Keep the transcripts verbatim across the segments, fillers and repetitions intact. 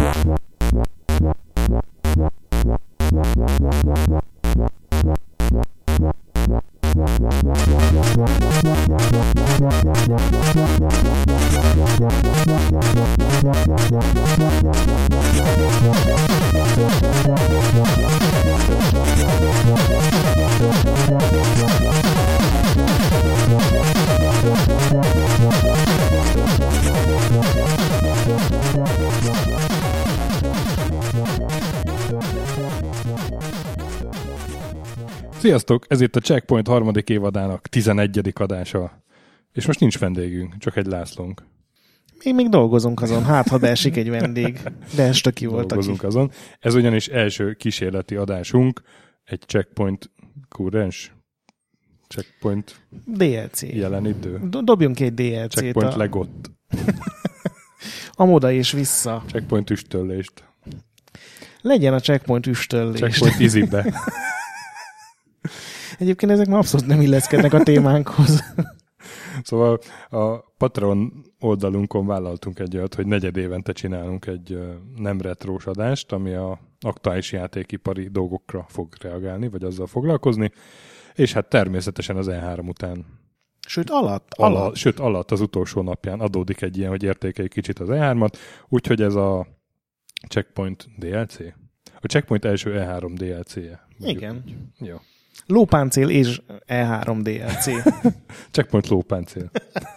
Sziasztok! Ez itt a Checkpoint harmadik évadának tizenegyedik adása. És most nincs vendégünk, csak egy Lászlónk. Mi még dolgozunk azon, hát ha beesik egy vendég, de este ki volt Dolgozunk aki. azon. Ez ugyanis első kísérleti adásunk, egy Checkpoint kurrens, Checkpoint dé el cé. jelenítő. Do- dobjunk egy dé el cét. Checkpoint a... legott. Amoda és vissza. Checkpoint üstöllést. Legyen a Checkpoint üstöllés. Checkpoint izibe. Egyébként ezek már abszolút nem illeszkednek a témánkhoz. Szóval a Patreon oldalunkon vállaltunk egy olyat, hogy negyed évente csinálunk egy nem retrós adást, ami a aktuális játékipari dolgokra fog reagálni, vagy azzal foglalkozni, és hát természetesen az E három után. Sőt, alatt. alatt. alatt. Sőt, alatt az utolsó napján adódik egy ilyen, hogy értékeljük kicsit az E hármat, úgyhogy ez a Checkpoint dé el cé? A Checkpoint első E három dé el cé-je. Igen. Jó. Lópáncél és E három dé el cé. Checkpoint lópáncél.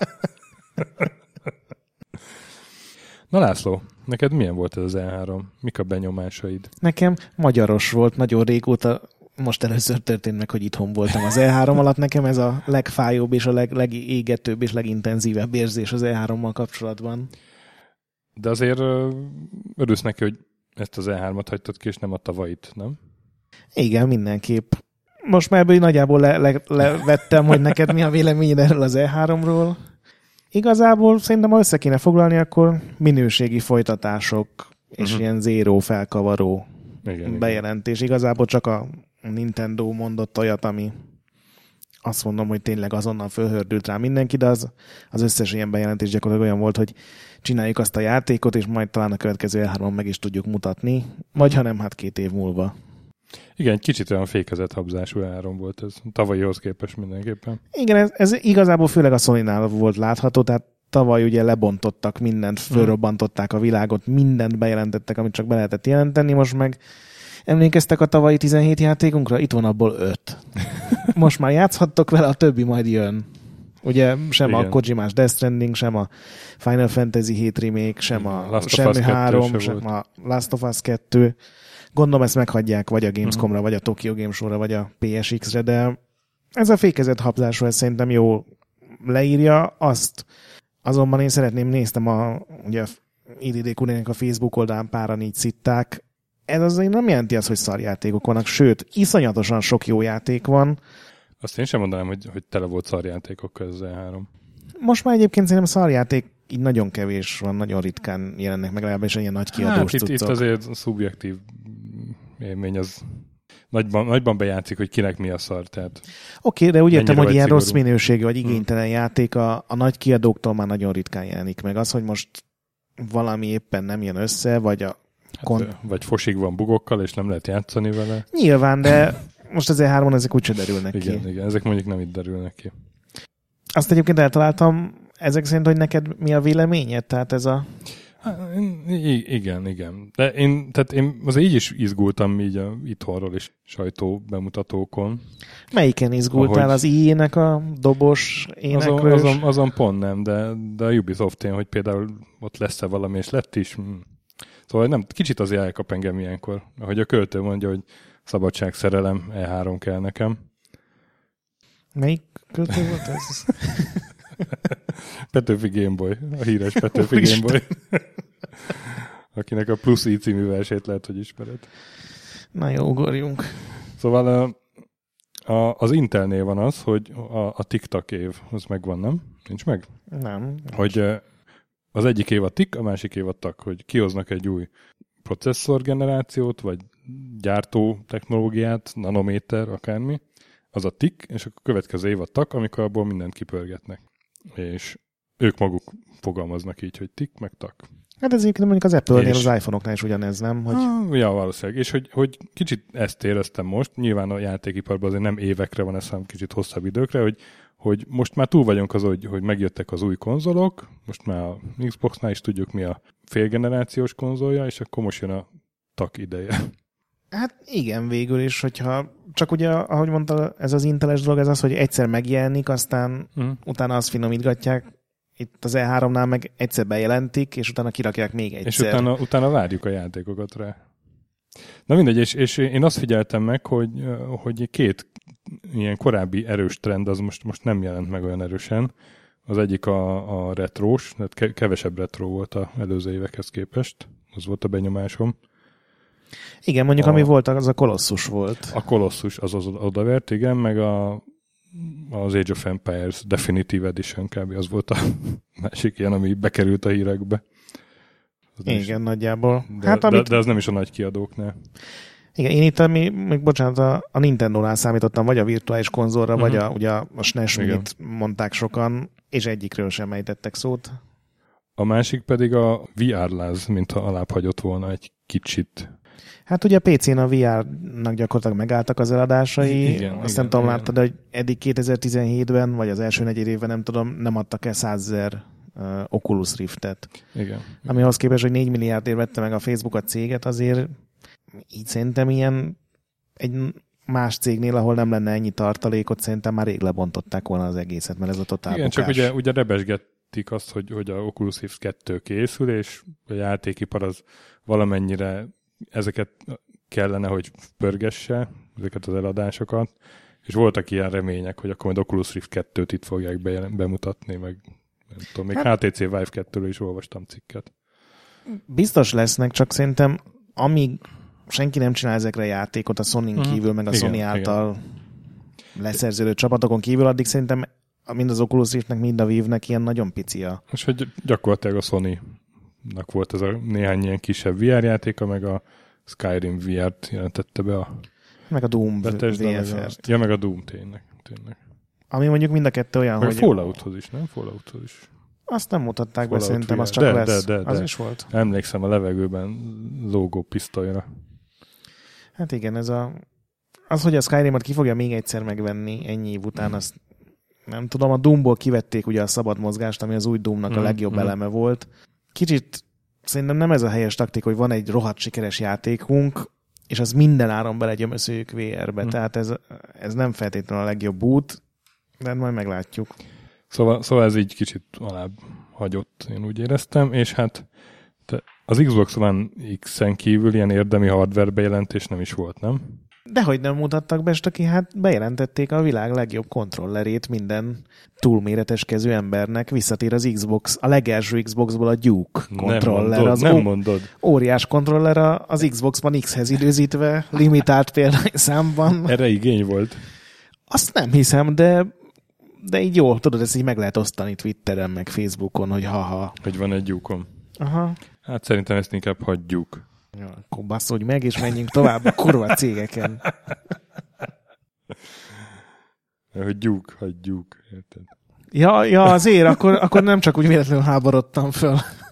Na László, neked milyen volt ez az E három? Mik a benyomásaid? Nekem magyaros volt, nagyon régóta, most először történt meg, hogy itthon voltam az E három alatt. Nekem ez a legfájóbb és a leg, legégetőbb és legintenzívebb érzés az E hárommal kapcsolatban. De azért örülsz neki, hogy ezt az E hármat hagytad ki, és nem a tavait, nem? Igen, mindenképp. Most már ebből nagyjából le, le, levettem, hogy neked mi a véleményed erről az E háromról. Igazából szerintem, ha össze kéne foglalni, akkor minőségi folytatások és uh-huh. ilyen zéró felkavaró igen, bejelentés. Igen. Igazából csak a Nintendo mondott olyat, ami azt mondom, hogy tényleg azonnal fölhördült rá mindenki, de az, az összes ilyen bejelentés gyakorlatilag olyan volt, hogy csináljuk azt a játékot, és majd talán a következő E háromon meg is tudjuk mutatni, vagy ha nem, hát két év múlva. Igen, egy kicsit olyan fékezett habzású E három volt ez. Tavalyihoz képest mindenképpen. Igen, ez, ez igazából főleg a Sonynál volt látható, tehát tavaly ugye lebontottak mindent, fölrobbantották a világot, mindent bejelentettek, amit csak be lehetett jelenteni, most meg emlékeztek a tavalyi tizenhét játékunkra? Itt van abból öt. Most már játszhattok vele, a többi majd jön. Ugye sem igen. a Kojimás Death Stranding, sem a Final Fantasy hét remake, sem a Last Shenmue három, sem volt. A Last of Us kettő. Gondolom ezt meghagyják vagy a Gamescomra, uh-huh. vagy a Tokyo Game Show-ra, vagy a pé es iksz-re, de ez a fékezett habzású, ez szerintem jól leírja azt. Azonban én szeretném, néztem a, ugye i dé dé Kurének a Facebook oldalán páran így szitták. Ez azért nem jelenti azt, hogy szarjátékok vannak, sőt, iszonyatosan sok jó játék van. Azt én sem mondanám, hogy, hogy tele volt szarjátékokkal ez az E három. Most már egyébként szerintem szarjáték így nagyon kevés van, nagyon ritkán jelennek meg, legalábbis ilyen nagy kiadós hát, itt, itt azért szubjektív élmény az nagyban, nagyban bejátszik, hogy kinek mi a szar. Tehát oké, okay, de úgy értem, hogy ilyen szigorú. Rossz minőségű vagy igénytelen hmm. játék a, a nagy kiadóktól már nagyon ritkán jelenik meg. Az, hogy most valami éppen nem jön össze, vagy a hát, kon... vagy fosig van bugokkal, és nem lehet játszani vele. Nyilván, de most az E háromon ezek úgyse derülnek igen, ki. Igen, ezek mondjuk nem itt derülnek ki. Azt egyébként eltaláltam ezek szerint, hogy neked mi a véleményed? Tehát ez a... I- igen, igen. De én, tehát én azért így is izgultam így a itthonról is sajtó bemutatókon. Melyiken izgultál? Ahogy... Az i á-nek a dobos énekről? Azon, azon, azon pont nem, de, de a Ubisoft-én, hogy például ott lesz-e valami, és lett is. Szóval nem, kicsit azért elkap engem ilyenkor. Ahogy a költő mondja, hogy szabadság, szerelem, E három kell nekem. Melyik költő volt ez? Petőfi Gameboy, a híres Petőfi Gameboy. Akinek a Plusz I című versét lehet, hogy ismered. Na jó, ugorjunk. Szóval a, a, az Intelnél van az, hogy a, a TikTok év, az megvan, nem? Nincs meg? Nem. Hogy az egyik év a tik, a másik év a tak, hogy kihoznak egy új processzorgenerációt, vagy gyártó technológiát, nanométer, akármi, az a tik, és a következő év a tak, amikor abból mindent kipörgetnek. És ők maguk fogalmaznak így, hogy tik, meg tak. Hát ez egyébként mondjuk az Apple-nél, és... az iPhone-oknál is ugyanez, nem? Hogy... Ah, ja, valószínűleg. És hogy, hogy kicsit ezt éreztem most, nyilván a játékiparban azért nem évekre van ez, hanem kicsit hosszabb időkre, hogy, hogy most már túl vagyunk az, hogy, hogy megjöttek az új konzolok, most már a Xboxnál is tudjuk, mi a félgenerációs konzolja, és akkor most jön a tak ideje. Hát igen, végül is, hogyha csak ugye, ahogy mondta, ez az Inteles dolog, ez az, hogy egyszer megjelenik, aztán uh-huh. utána azt finomítgatják. Itt az E háromnál meg egyszer bejelentik, és utána kirakják még egyszer. És utána, utána várjuk a játékokat rá. Na mindegy, és, és én azt figyeltem meg, hogy, hogy két ilyen korábbi erős trend az most, most nem jelent meg olyan erősen. Az egyik a, a retrós, tehát kevesebb retro volt az előző évekhez képest. Az volt a benyomásom. Igen, mondjuk a, ami volt, az a Colossus volt. A Colossus az, az odavert, igen, meg a, az Age of Empires Definitive Edition kb. Az volt a másik ilyen, ami bekerült a hírekbe. Az igen, is, nagyjából. De, hát, amit, de, de az nem is a nagy kiadóknál. Igen, én itt, ami, még bocsánat, a, a Nintendo-nál számítottam, vagy a virtuális konzolra, uh-huh. vagy a, ugye a es en e es Minit mondták sokan, és egyikről sem ejtettek szót. A másik pedig a vé er-láz, mintha alább hagyott volna egy kicsit. Hát ugye a pé cén a vé er-nak gyakorlatilag megálltak az eladásai. Igen, Azt igen, nem tudom, igen. láttad, hogy eddig kétezer-tizenhétben, vagy az első negyed évben, nem tudom, nem adtak el százezer uh, Oculus Riftet. Igen. Ami ahhoz képest, hogy négy milliárdért vette meg a Facebook a céget, azért így szerintem ilyen egy más cégnél, ahol nem lenne ennyi tartalékot, szerintem már rég lebontották volna az egészet, mert ez a totál Igen, bukás. csak ugye, ugye rebesgették azt, hogy, hogy a Oculus Rift kettő készül, és a játékipar az valamennyire ezeket kellene, hogy pörgesse, ezeket az eladásokat, és voltak ilyen remények, hogy akkor majd Oculus Rift kettőt itt fogják be, bemutatni, meg nem tudom, még hát, há té cé Vive kettőről is olvastam cikket. Biztos lesznek, csak szerintem amíg senki nem csinál ezekre a játékot a Sony-n uh-huh. kívül, meg a igen, Sony által igen. leszerződő csapatokon kívül, addig szerintem mind az Oculus Riftnek, mind a Vive-nek ilyen nagyon pici a... És hogy gyakorlatilag a Sony-nak volt ez a néhány ilyen kisebb vé er játéka, meg a Skyrim vé er-t jelentette be a... Meg a Doom vé ef er-t. Ja, meg a Doom tényleg. tényleg. Ami mondjuk mind a kettő olyan, meg hogy... Fallouthoz is, nem? Fallouthoz is. Azt nem mutatták Fallout be, szerintem, az csak de, lesz. De, de, az de. is volt. Emlékszem a levegőben lógó pisztolyra. Hát igen, ez a... Az, hogy a Skyrim-ot ki fogja még egyszer megvenni ennyi év után, azt nem tudom, a Doomból kivették ugye a szabad mozgást, ami az új Doomnak a legjobb mm, eleme mm. volt. Kicsit szerintem nem ez a helyes taktika, hogy van egy rohadt sikeres játékunk, és az minden áron belegyömöszöljük vé er-be. Mm. Tehát ez, ez nem feltétlenül a legjobb út, de majd meglátjuk. Szóval, szóval ez így kicsit alább hagyott, én úgy éreztem, és hát az Xbox One X-en kívül ilyen érdemi hardware bejelentés nem is volt, nem? Dehogy nem mutattak be, aki hát bejelentették a világ legjobb kontrollerét minden túlméretes kezű embernek. Visszatér az Xbox, a legelső Xboxból a Duke kontroller. Nem mondod, az nem ó- mondod. Óriás kontroller az Xbox One X-hez időzítve, limitált példányszámban. Erre igény volt. Azt nem hiszem, de de így jó, tudod, ezt így meg lehet osztani Twitteren, meg Facebookon, hogy haha. Hogy van egy Duke-om. Aha. Hát szerintem ezt inkább hagyjuk. Ja, akkor basszolj meg, és menjünk tovább a kurva cégeken. Hogy Duke, hagyjuk, érted? Ja, ja azért, akkor, akkor nem csak úgy véletlenül háborodtam föl.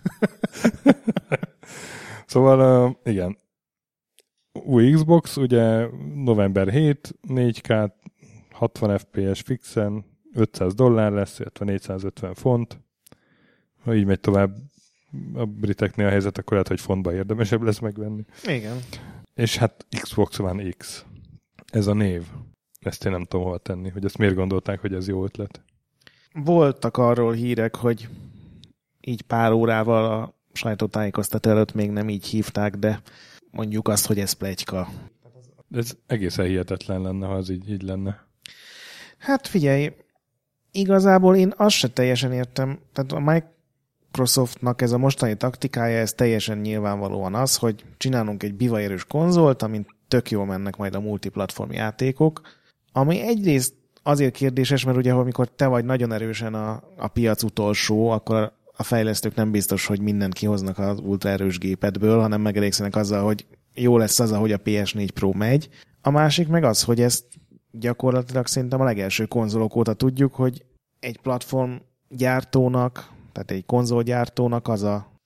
Szóval, uh, igen. Új Xbox, ugye november hetedike, négy ká, hatvan ef pé es fixen, ötszáz dollár lesz, illetve négyszázötven font. Ha így megy tovább a briteknél a helyzet, akkor lehet, hogy fontba érdemesebb lesz megvenni. Igen. És hát Xbox One X. Ez a név. Ezt én nem tudom hol tenni, hogy ezt miért gondolták, hogy ez jó ötlet. Voltak arról hírek, hogy így pár órával a sajtótájékoztató előtt még nem így hívták, de mondjuk azt, hogy ez pletyka. Ez egészen hihetetlen lenne, ha ez így, így lenne. Hát figyelj, igazából én azt se teljesen értem. Tehát a Microsoftnak ez a mostani taktikája, ez teljesen nyilvánvalóan az, hogy csinálunk egy bivaérős konzolt, amin tök jól mennek majd a multiplatform játékok, ami egyrészt azért kérdéses, mert ugye, amikor te vagy nagyon erősen a, a piac utolsó, akkor a fejlesztők nem biztos, hogy mindent kihoznak az ultra erős gépedből, hanem megelégszenek azzal, hogy jó lesz az, ahogy a pé es négy Pro megy. A másik meg az, hogy ezt gyakorlatilag szerintem a legelső konzolok óta tudjuk, hogy egy platform gyártónak, tehát egy konzolgyártónak az a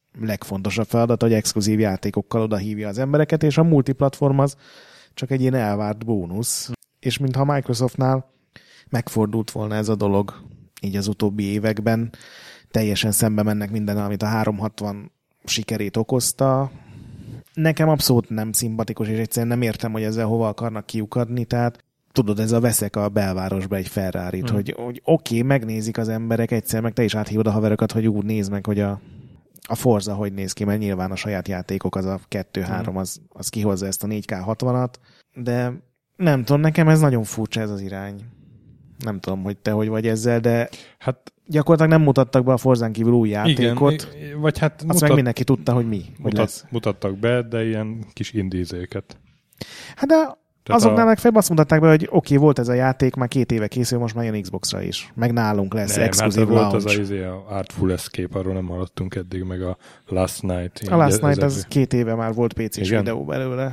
legfontosabb feladat, hogy exkluzív játékokkal odahívja az embereket, és a multiplatform az csak egy ilyen elvárt bónusz. És mintha a Microsoftnál megfordult volna ez a dolog így az utóbbi években, teljesen szembe mennek minden, amit a háromszázhatvan sikerét okozta. Nekem abszolút nem szimpatikus, és egyszerűen nem értem, hogy ezzel hova akarnak kiukadni, tehát tudod, ez a veszek a belvárosba egy Ferrarit, hmm. hogy, hogy oké, okay, megnézik az emberek egyszer, meg te is áthívod a haverokat, hogy úgy nézd meg, hogy a, a Forza hogy néz ki, mert nyilván a saját játékok, az a kettő három, hmm. az, az kihozza ezt a négy ká hatvanat, de nem tudom, nekem ez nagyon furcsa ez az irány. Nem tudom, hogy te hogy vagy ezzel, de hát gyakorlatilag nem mutattak be a Forzán kívül új játékot. Igen, vagy hát azt mutat, meg mindenki tudta, hogy mi. Mutat, hogy lesz. Mutattak be, de ilyen kis indízéket. Hát de tehát azoknál a... legfeljebb azt mutatták be, hogy oké, okay, volt ez a játék, már két éve készül, most már jön Xboxra is. Meg nálunk lesz nem, exkluzív hát launch. Volt az a, izé, a Artful Escape, arról nem hallottunk eddig, meg a Last Night. A Last Night az két éve már volt pé cés videó belőle.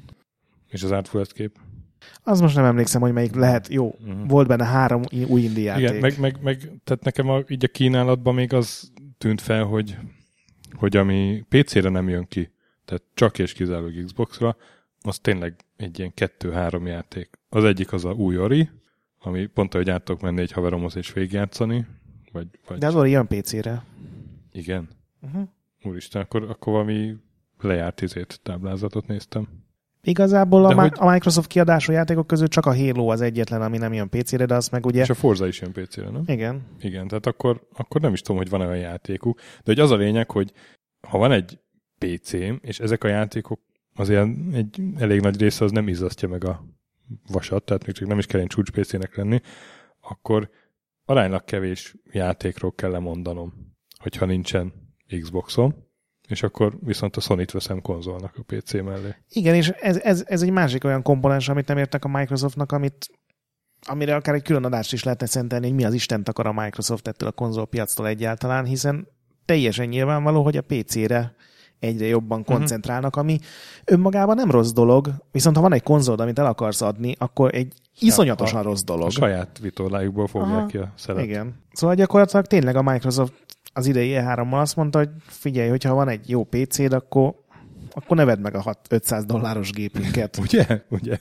És az Artful Escape? Az most nem emlékszem, hogy melyik lehet. Jó, uh-huh. Volt benne három új indie játék. Igen, meg, meg, meg tehát nekem a, így a kínálatban még az tűnt fel, hogy, hogy ami pé cére nem jön ki, tehát csak és kizárólag Xboxra, az tényleg egy ilyen kettő-három játék. Az egyik az a új Ori, ami pont, hogy át tudok menni egy haveromhoz és végigjátszani. Vagy, vagy... De az Ori jön pé cére. Igen? Uh-huh. Úristen, akkor, akkor valami lejárt izét táblázatot néztem. Igazából a, hogy... a Microsoft kiadású játékok közül csak a Halo az egyetlen, ami nem jön pé cére, de azt meg ugye... És a Forza is jön pé cére, nem? Igen. Igen, tehát akkor, akkor nem is tudom, hogy van-e olyan játékuk. De hogy az a lényeg, hogy ha van egy pé cém, és ezek a játékok azért egy elég nagy része az nem izzasztja meg a vasat, tehát még csak nem is kell egy csúcs pé cének lenni, akkor aránylag kevés játékról kell lemondanom, hogyha nincsen Xboxom, és akkor viszont a Sony-t veszem konzolnak a pé cé mellé. Igen, és ez, ez, ez egy másik olyan komponens, amit nem értek a Microsoftnak, amit, amire akár egy külön adást is lehetne szentelni, hogy mi az Istent akar a Microsoft ettől a konzolpiactól egyáltalán, hiszen teljesen nyilvánvaló, hogy a pé cére egyre jobban koncentrálnak, ami önmagában nem rossz dolog, viszont ha van egy konzolod, amit el akarsz adni, akkor egy iszonyatosan ja, rossz dolog. A saját vitorlájukból fogják Aha, ki a szelet. Igen. Szóval gyakorlatilag tényleg a Microsoft az idei E hárommal azt mondta, hogy figyelj, hogyha van egy jó pé céd, akkor, akkor ne vedd meg a ötszáz dolláros gépünket. Ugye? Ugye?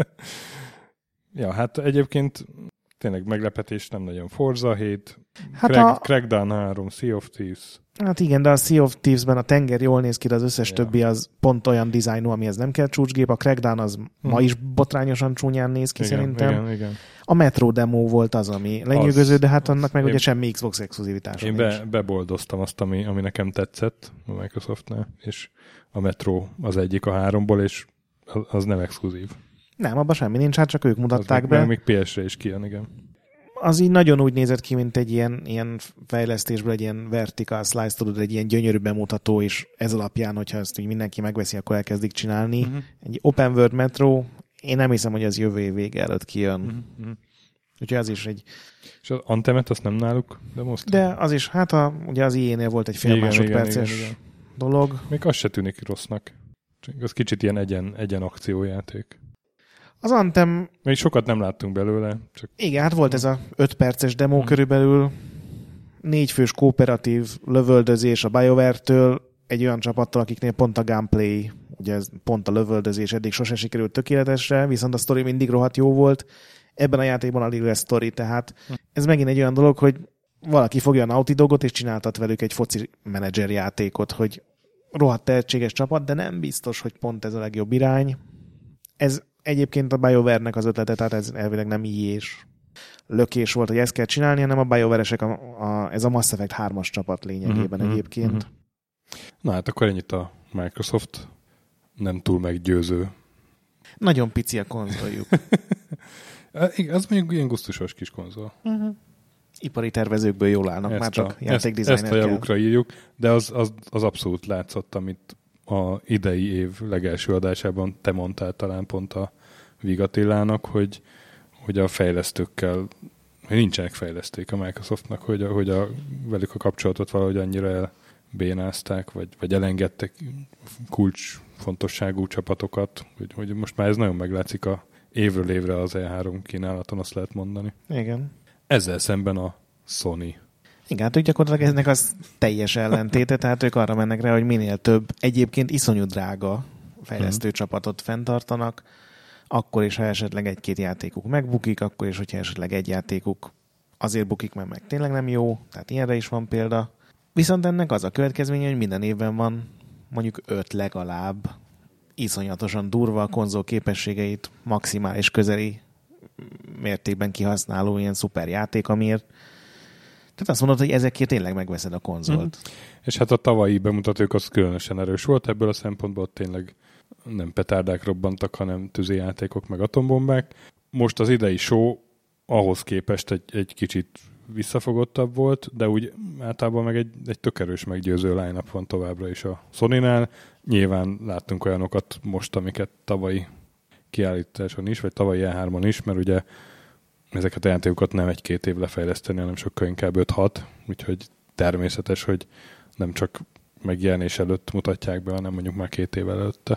Ja, hát egyébként tényleg meglepetés nem nagyon. Forza hét, hát Crack, a... Crackdown három, Sea of Thieves. Hát igen, de a Sea of Thieves-ben a tenger jól néz ki, de az összes ja. többi az pont olyan dizájnú, amihez nem kell csúcsgép. A Crackdown az hmm. ma is botrányosan csúnyán néz ki igen, szerintem. Igen, igen. A Metro demo volt az, ami lenyűgöző, de hát annak meg én, ugye semmi Xbox exkluzivitása Én be, beboldoztam azt, ami, ami nekem tetszett a Microsoftnál, és a Metro az egyik a háromból, és az, az nem exkluzív. Nem, abban semmi nincs, hát csak ők mutatták az be. Még, még pé esre is kijön, igen. Az így nagyon úgy nézett ki, mint egy ilyen, ilyen fejlesztésből, egy ilyen vertical slice, tudod, egy ilyen gyönyörű bemutató, és ez alapján, hogyha ezt így mindenki megveszi, akkor elkezdik csinálni. Uh-huh. Egy open world Metro, én nem hiszem, hogy az jövő év vége előtt kijön. Uh-huh. Úgyhogy az is egy... És az Anthemet azt nem náluk demoztam? De az is, hát a, ugye az i á-nél volt egy fél igen, másodperces igen, igen, igen. dolog. Még az se tűnik rossznak. Az kicsit ilyen egyen, egyen akciójáték. Az Anthem... Még sokat nem láttunk belőle. Csak... Igen, hát volt ez a öt perces demo hmm. körülbelül. Négyfős kooperatív lövöldözés a BioWare-től, egy olyan csapattól, akiknél pont a gameplay, ugye ez pont a lövöldözés eddig sose sikerült tökéletesre, viszont a sztori mindig rohadt jó volt. Ebben a játékban alig lesz sztori, tehát hmm. ez megint egy olyan dolog, hogy valaki fogja a Naughty Dogot és csináltat velük egy foci menedzser játékot, hogy rohadt tehetséges csapat, de nem biztos, hogy pont ez a legjobb irány. Ez egyébként a BioWare-nek az ötlete, tehát ez elvileg nem i á-s lökés volt, hogy ezt kell csinálni, hanem a BioWare-esek, a, a, ez a Mass Effect hármas csapat lényegében mm-hmm. egyébként. Mm-hmm. Na hát akkor ennyit a Microsoft, nem túl meggyőző. Nagyon pici a konzoljuk. Az mondjuk ilyen gusztusos kis konzol. Uh-huh. Ipari tervezőkből jól állnak, ezt már csak játékdesigner Ezt a javukra írjuk, de az, az, az abszolút látszott, amit a idei év legelső adásában te mondtál talán pont a Vigatillának, hogy, hogy a fejlesztőkkel, hogy nincsenek fejlesztők a Microsoftnak, hogy, a, hogy a, velük a kapcsolatot valahogy annyira elbénázták, vagy, vagy elengedtek kulcs fontosságú csapatokat, hogy, hogy most már ez nagyon meglátszik a évről évre az E három kínálaton, azt lehet mondani. Igen. Ezzel szemben a Sony. Igen, hát ők gyakorlatilag ennek az teljes ellentéte, tehát ők arra mennek rá, hogy minél több egyébként iszonyú drága fejlesztő hmm. csapatot fenntartanak, akkor is, ha esetleg egy-két játékuk megbukik, akkor is, hogyha esetleg egy játékuk azért bukik, mert meg tényleg nem jó, tehát ilyenre is van példa. Viszont ennek az a következménye, hogy minden évben van mondjuk öt legalább iszonyatosan durva a konzol képességeit maximális közeli mértékben kihasználó ilyen szuper játék, amiért tehát azt mondod, hogy ezekért tényleg megveszed a konzolt. Mm. És hát a tavalyi bemutatók az különösen erős volt ebből a szempontból, tényleg nem petárdák robbantak, hanem tűzijátékok meg atombombák. Most az idei show ahhoz képest egy, egy kicsit visszafogottabb volt, de úgy általában meg egy, egy tök erős meggyőző line-up van továbbra is a Sonynál. Nyilván láttunk olyanokat most, amiket tavalyi kiállításon is, vagy tavalyi E hármon is, mert ugye ezeket a játékokat nem egy-két év lefejleszteni, hanem sokkal inkább öt-hat, úgyhogy természetes, hogy nem csak megjelenés előtt mutatják be, hanem mondjuk már két év előtte.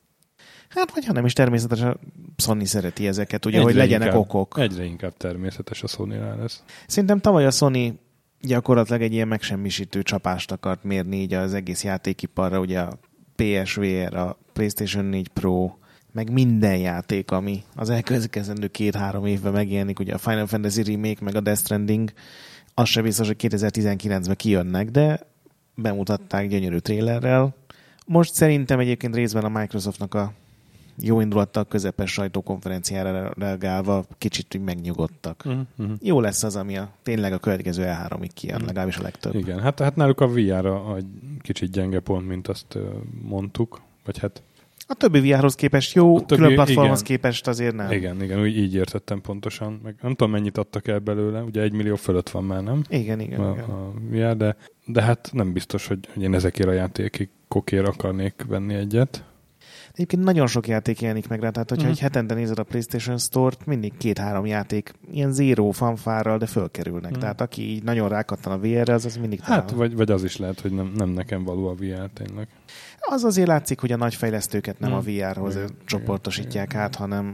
Hát, vagy ha nem is természetes, a Sony szereti ezeket, ugye, egyre hogy legyenek inkább, okok. Egyre inkább természetes a Sonynál ez. Szerintem tavaly a Sony gyakorlatilag egy ilyen megsemmisítő csapást akart mérni így az egész játékiparra, ugye a pé es vé er, a PlayStation négy Pro, meg minden játék, ami az elkövetkezendő két-három évben megjelenik, ugye a Final Fantasy Remake, meg a Death Stranding, az sem biztos, hogy kétezer-tizenkilencben kijönnek, de bemutatták gyönyörű trélerrel. Most szerintem egyébként részben a Microsoftnak a jó indulattal közepes sajtókonferenciára reagálva kicsit úgy megnyugodtak. Uh-huh. Jó lesz az, ami a, tényleg a következő E háromig kijön, uh-huh. legalábbis a legtöbb. Igen, hát, hát náluk a vé er-a egy kicsit gyenge pont, mint azt uh, mondtuk, vagy hát a többi vé er-hoz képest jó, többi, külön platformhoz igen, képest azért nem. Igen, igen, úgy így értettem pontosan. Meg nem tudom, mennyit adtak el belőle, ugye egy millió fölött van már, nem? Igen, igen. A, igen. a vé er, de, de hát nem biztos, hogy, hogy én ezekért a játékokért akarnék venni egyet. Egyébként nagyon sok játék jelenik meg rá, tehát hogyha uh-huh. egy hetente nézed a PlayStation Store-t, mindig két-három játék ilyen zéró fanfárral, de fölkerülnek. Uh-huh. Tehát aki így nagyon rákattan a vé er-re, az, az mindig talál. Hát, vagy, vagy az is lehet, hogy nem, nem nekem való a vé er tényleg. Az azért látszik, hogy a nagy fejlesztőket nem hmm. a vé er-hoz igen, csoportosítják igen, át, igen. hanem...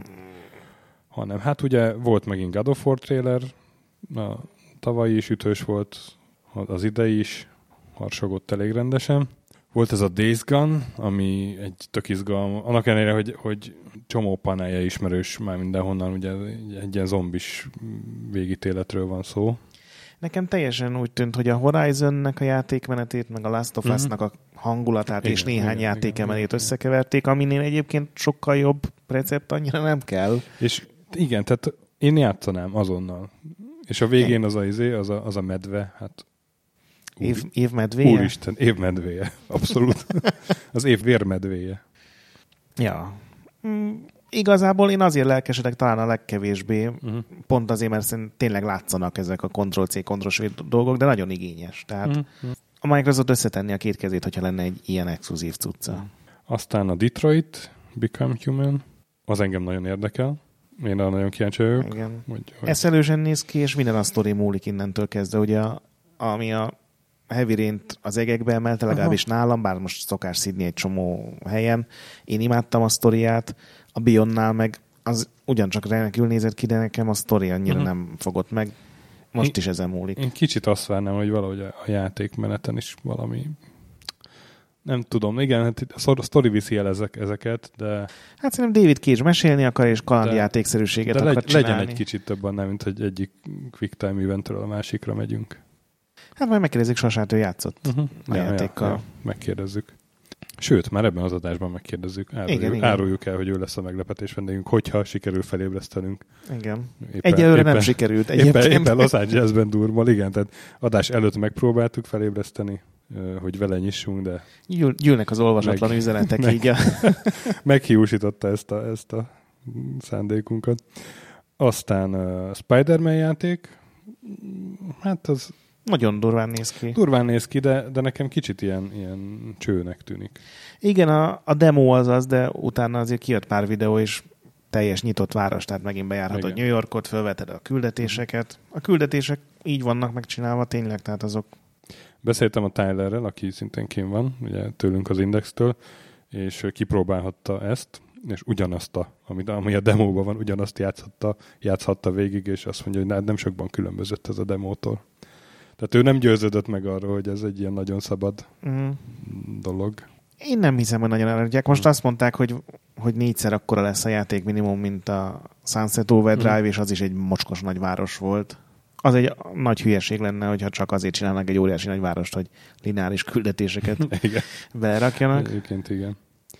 Hanem, hát ugye volt megint God of War trailer, a tavalyi is ütős volt, az idei is harsogott elég rendesen. Volt ez a Days Gone, ami egy tök izgalmas, annak ellenére, hogy, hogy csomó panelje ismerős már mindenhonnan, ugye egy ilyen zombis végítéletről van szó. Nekem teljesen úgy tűnt, hogy a Horizonnek a játékmenetét, meg a Last of Us-nak a hangulatát igen, és néhány igen, játékemenét igen, összekeverték, aminél egyébként sokkal jobb recept annyira nem kell. És igen, tehát én játszanám azonnal. És a végén az a, izé, az a, az a medve, hát úr, év, év medvéje? Úristen, év medvéje, abszolút. Az év vérmedvéje. Ja. Mm. Igazából én azért lelkesedek talán a legkevésbé, uh-huh. pont azért, mert tényleg látszanak ezek a Ctrl-C, Ctrl-V dolgok, de nagyon igényes. Tehát uh-huh. a Microsoft összetenni a két kezét, hogyha lenne egy ilyen exkluzív cucca. Uh-huh. Aztán a Detroit Become Human, az engem nagyon érdekel. Én nagyon kíváncsi vagyok. Igen. Hogy, hogy... Eszelősen néz ki, és minden a sztori múlik innentől kezdve. Ugye, ami a Heavy Rain-t az egekbe emelte, legalábbis uh-huh. nálam, bár most szokás szidni egy csomó helyen. Én imádtam a sztoriát, a Beyondnál meg az ugyancsak remekül nézett ki, de nekem a sztori annyira uh-huh. nem fogott meg. Most én, is ezen múlik. Én kicsit azt várnám, hogy valahogy a, a játékmeneten is valami... Nem tudom, igen, hát a sztori viszi el ezek, ezeket, de... Hát szerintem David Cage mesélni akar, és kalandjátékszerűséget akar legy, csinálni. legyen egy kicsit több annál, mint hogy egyik quick time eventről a másikra megyünk. Hát majd megkérdezzük Sasát, ő játszott uh-huh. a ja, játékkal. Ja, ja, megkérdezzük. Sőt, már ebben az adásban megkérdezzük. Áruljuk, igen, igen. áruljuk el, hogy ő lesz a meglepetés vendégünk, hogyha sikerül felébresztenünk. Igen. Egyelőre nem sikerült. Éppen, éppen Los Angelesben durval, igen. Tehát adás előtt megpróbáltuk felébreszteni, hogy vele nyissunk, de... Gyűl, gyűlnek az olvasatlan meg, üzenetek meg, így. A... meghiúsította ezt a, ezt a szándékunkat. Aztán a Spider-Man játék, hát az... Nagyon durván néz ki. Durván néz ki, de, de nekem kicsit ilyen, ilyen csőnek tűnik. Igen, a, a demo az az, de utána azért kijött pár videó, és teljes nyitott város, tehát megint bejárhatod igen. New Yorkot, fölveted a küldetéseket. A küldetések így vannak megcsinálva tényleg, tehát azok... Beszéltem a Tylerrel, aki szintén kint van, ugye tőlünk az Indextől, és kipróbálhatta ezt, és ugyanazt, a, amit, ami a demóban van, ugyanazt játszhatta, játszhatta végig, és azt mondja, hogy nem sokban különbözött ez a demótól. Tehát ő nem győződött meg arról, hogy ez egy ilyen nagyon szabad mm. dolog. Én nem hiszem, hogy nagyon eladják. Most mm. azt mondták, hogy, hogy négyszer akkora lesz a játék minimum, mint a Sunset Overdrive, mm. és az is egy mocskos nagy város volt. Az egy nagy hülyeség lenne, hogyha csak azért csinálnak egy óriási nagy várost, hogy lineáris küldetéseket belerakjanak. Egyébként igen.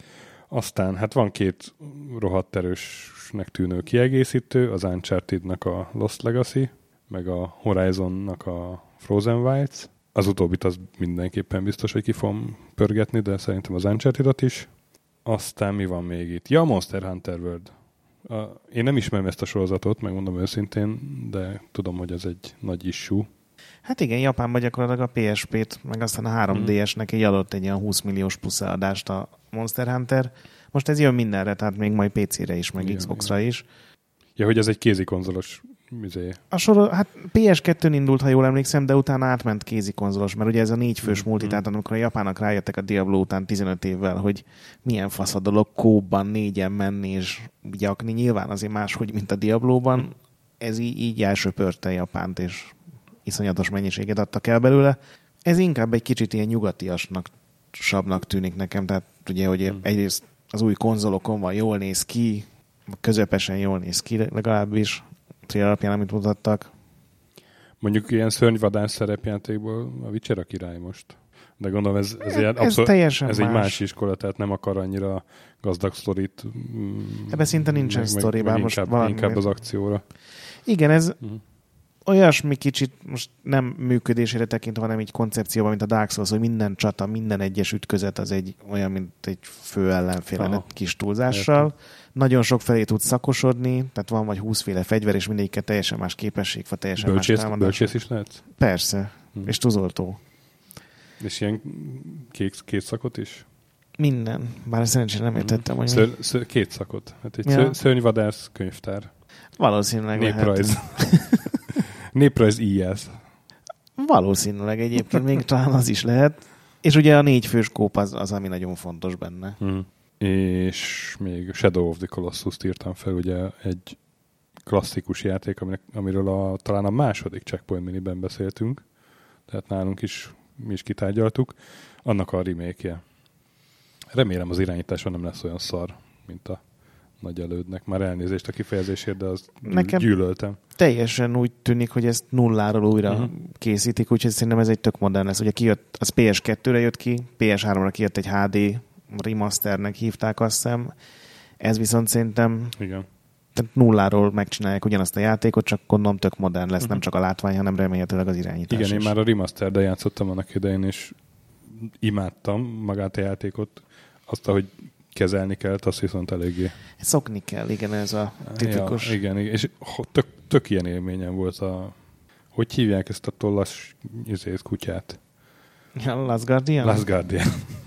Aztán, hát van két rohadt erősnek tűnő kiegészítő, az Uncharted-nak a Lost Legacy, meg a Horizon-nak a Frozen Wilds. Az utóbbit az mindenképpen biztos, hogy ki fogom pörgetni, de szerintem az Uncharted-ot is. Aztán mi van még itt? Ja, a Monster Hunter World. A, én nem ismerem ezt a sorozatot, megmondom őszintén, de tudom, hogy ez egy nagy issue. Hát igen, Japánban gyakorlatilag a pé es pét, meg aztán a három dé esnek így adott egy ilyen húsz milliós plusz adást a Monster Hunter. Most ez jön mindenre, tehát még majd pé cére is, meg igen, Xboxra igen. is. Ja, hogy ez egy kézikonzolos mizé. A sorod, hát pé es kettőn indult, ha jól emlékszem, de utána átment kézikonzolos, mert ugye ez a négyfős mm-hmm. multi, tehát amikor a japánok rájöttek a Diablo után tizenöt évvel, hogy milyen fasz a dolog kóban négyen menni és gyakni, nyilván azért máshogy, mint a Diablóban, mm. ez így, így elsöpörte Japánt, és iszonyatos mennyiséget adtak el belőle. Ez inkább egy kicsit ilyen nyugatiasnak sabbnak tűnik nekem, tehát ugye, hogy mm. egyrészt az új konzolokon van, jól néz ki, közepesen jól néz ki legalábbis, trailer alapján, amit mutattak. Mondjuk ilyen szörnyvadász szerepjátékból a Witcher a király most. De gondolom ez, ez, ez, abszol- teljesen ez más. egy más iskola, tehát nem akar annyira gazdag sztorit. Ebben szinte nincsen sztori, bár most inkább, valami. Inkább az akcióra. Igen, ez uh-huh. olyasmi kicsit most nem működésére tekintve, hanem így koncepcióban, mint a Dark Souls, hogy minden csata, minden egyes ütközet az egy olyan, mint egy fő ellenféle kis túlzással. Értem. Nagyon sok felé tud szakosodni, tehát van vagy húszféle fegyver, és mindegyikkel teljesen más képesség, vagy teljesen bölcsész, más támadás. Bölcsész is lehet? Persze, hmm. és tuzoltó. És ilyen két, két szakot is? Minden. Bár szerencsére nem értettem, hogy... Ször, ször, két szakot. Hát egy ja. szörnyvadász könyvtár. Valószínűleg Néprajz. Néprajz í es. Valószínűleg egyébként még talán az is lehet. És ugye a négyfős kóp az, az, ami nagyon fontos benne. Hmm. És még Shadow of the Colossus-t írtam fel, ugye egy klasszikus játék, aminek, amiről a, talán a második Checkpoint Miniben beszéltünk, tehát nálunk is mi is kitárgyaltuk, annak a remake-je. Remélem az irányításon nem lesz olyan szar, mint a nagy elődnek. Már elnézést a kifejezésért, de azt nekem gyűlöltem. Teljesen úgy tűnik, hogy ezt nulláról újra uh-huh. készítik, úgyhogy szerintem ez egy tök modern lesz. Ugye kijött, az pé es kettőre jött ki, pé es háromra kijött egy há dé remasternek hívták, azt hiszem. Ez viszont szerintem igen. Tehát nulláról megcsinálják ugyanazt a játékot, csak gondolom tök modern lesz, uh-huh. nem csak a látvány, hanem remélhetőleg az irányítás igen, is. én már a remaster-de játszottam annak idején, és imádtam magát a játékot. Azt, hogy kezelni kell, azt viszont eléggé. Szokni kell, igen, ez a tipikus. Ja, igen, igen, és tök, tök ilyen élményem volt a... Hogy hívják ezt a tollas izét, kutyát? Ja, Last Guardian? Last Guardian.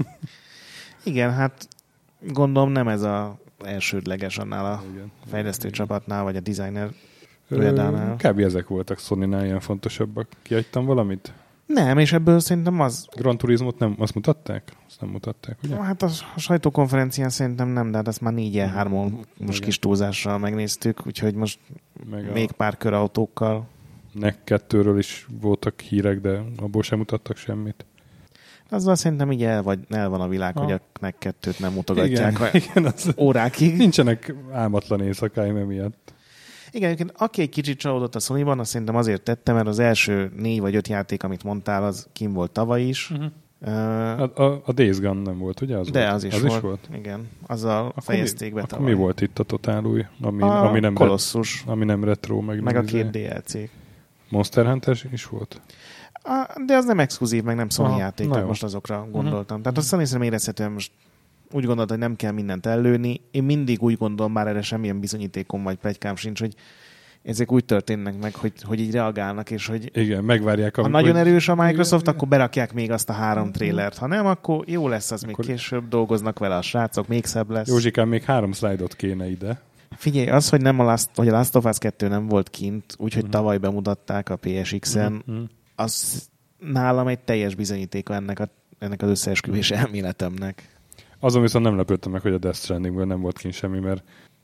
Igen, hát gondolom nem ez a elsődleges annál a igen. fejlesztő csapatnál, vagy a designer példánál. Kb. Ezek voltak Sony-nál ilyen fontosabbak. Kihagytam valamit? Nem, és ebből szerintem az... Gran Turismot nem, azt mutatták? Azt nem mutatták, ugye? Hát a sajtókonferencián szerintem nem, de hát azt már négy három most kis túlzással megnéztük, úgyhogy most meg még pár kör autókkal. nek kettőről is voltak hírek, de abból sem mutattak semmit. Azzal szerintem így el, vagy, el van a világ, ha. hogy a nek kettőt nem mutogatják igen, igen, az órákig. Nincsenek álmatlan éjszakáim emiatt. Igen, egyébként aki egy kicsit csalódott a Sony-ban, azt szerintem azért tette, mert az első négy vagy öt játék, amit mondtál, az kim volt tavaly is. Uh-huh. Uh, a, a, a Days Gone nem volt, ugye? Az de volt? az, is, az volt. is volt. Igen, azzal akkor fejezték be mi, tavaly. Akkor mi volt itt a totál új? Ami, a ami nem Colossus. Ret, ami nem retro, meg, meg a két dé el cé. Monster Hunter is volt? A, de az nem exkluzív, meg nem Sony Aha, játék, tehát most azokra gondoltam. Uh-huh. Tehát azt szerintem érezhetően most úgy gondolod, hogy nem kell mindent ellőni. Én mindig úgy gondolom, bár erre semmilyen bizonyítékom vagy pletykám sincs, hogy ezek úgy történnek meg, hogy, hogy így reagálnak, és hogy igen, megvárják. Ha amikor... nagyon erős a Microsoft, igen, akkor berakják még azt a három trélert. Ha nem, akkor jó lesz, az akkor... még később dolgoznak vele a srácok, még szebb lesz. Józsikám, még három szlájdot kéne ide. Figyelj, az, hogy, nem a, Last, hogy a Last of Us kettő nem volt kint, úgyhogy uh-huh. tavaly bemutatták a pé es iksen, uh-huh. az nálam egy teljes bizonyítéka ennek, a, ennek az összeesküvés elméletemnek. Azon viszont nem lepődtem meg, hogy a Death Strandingből nem volt kint semmi, mert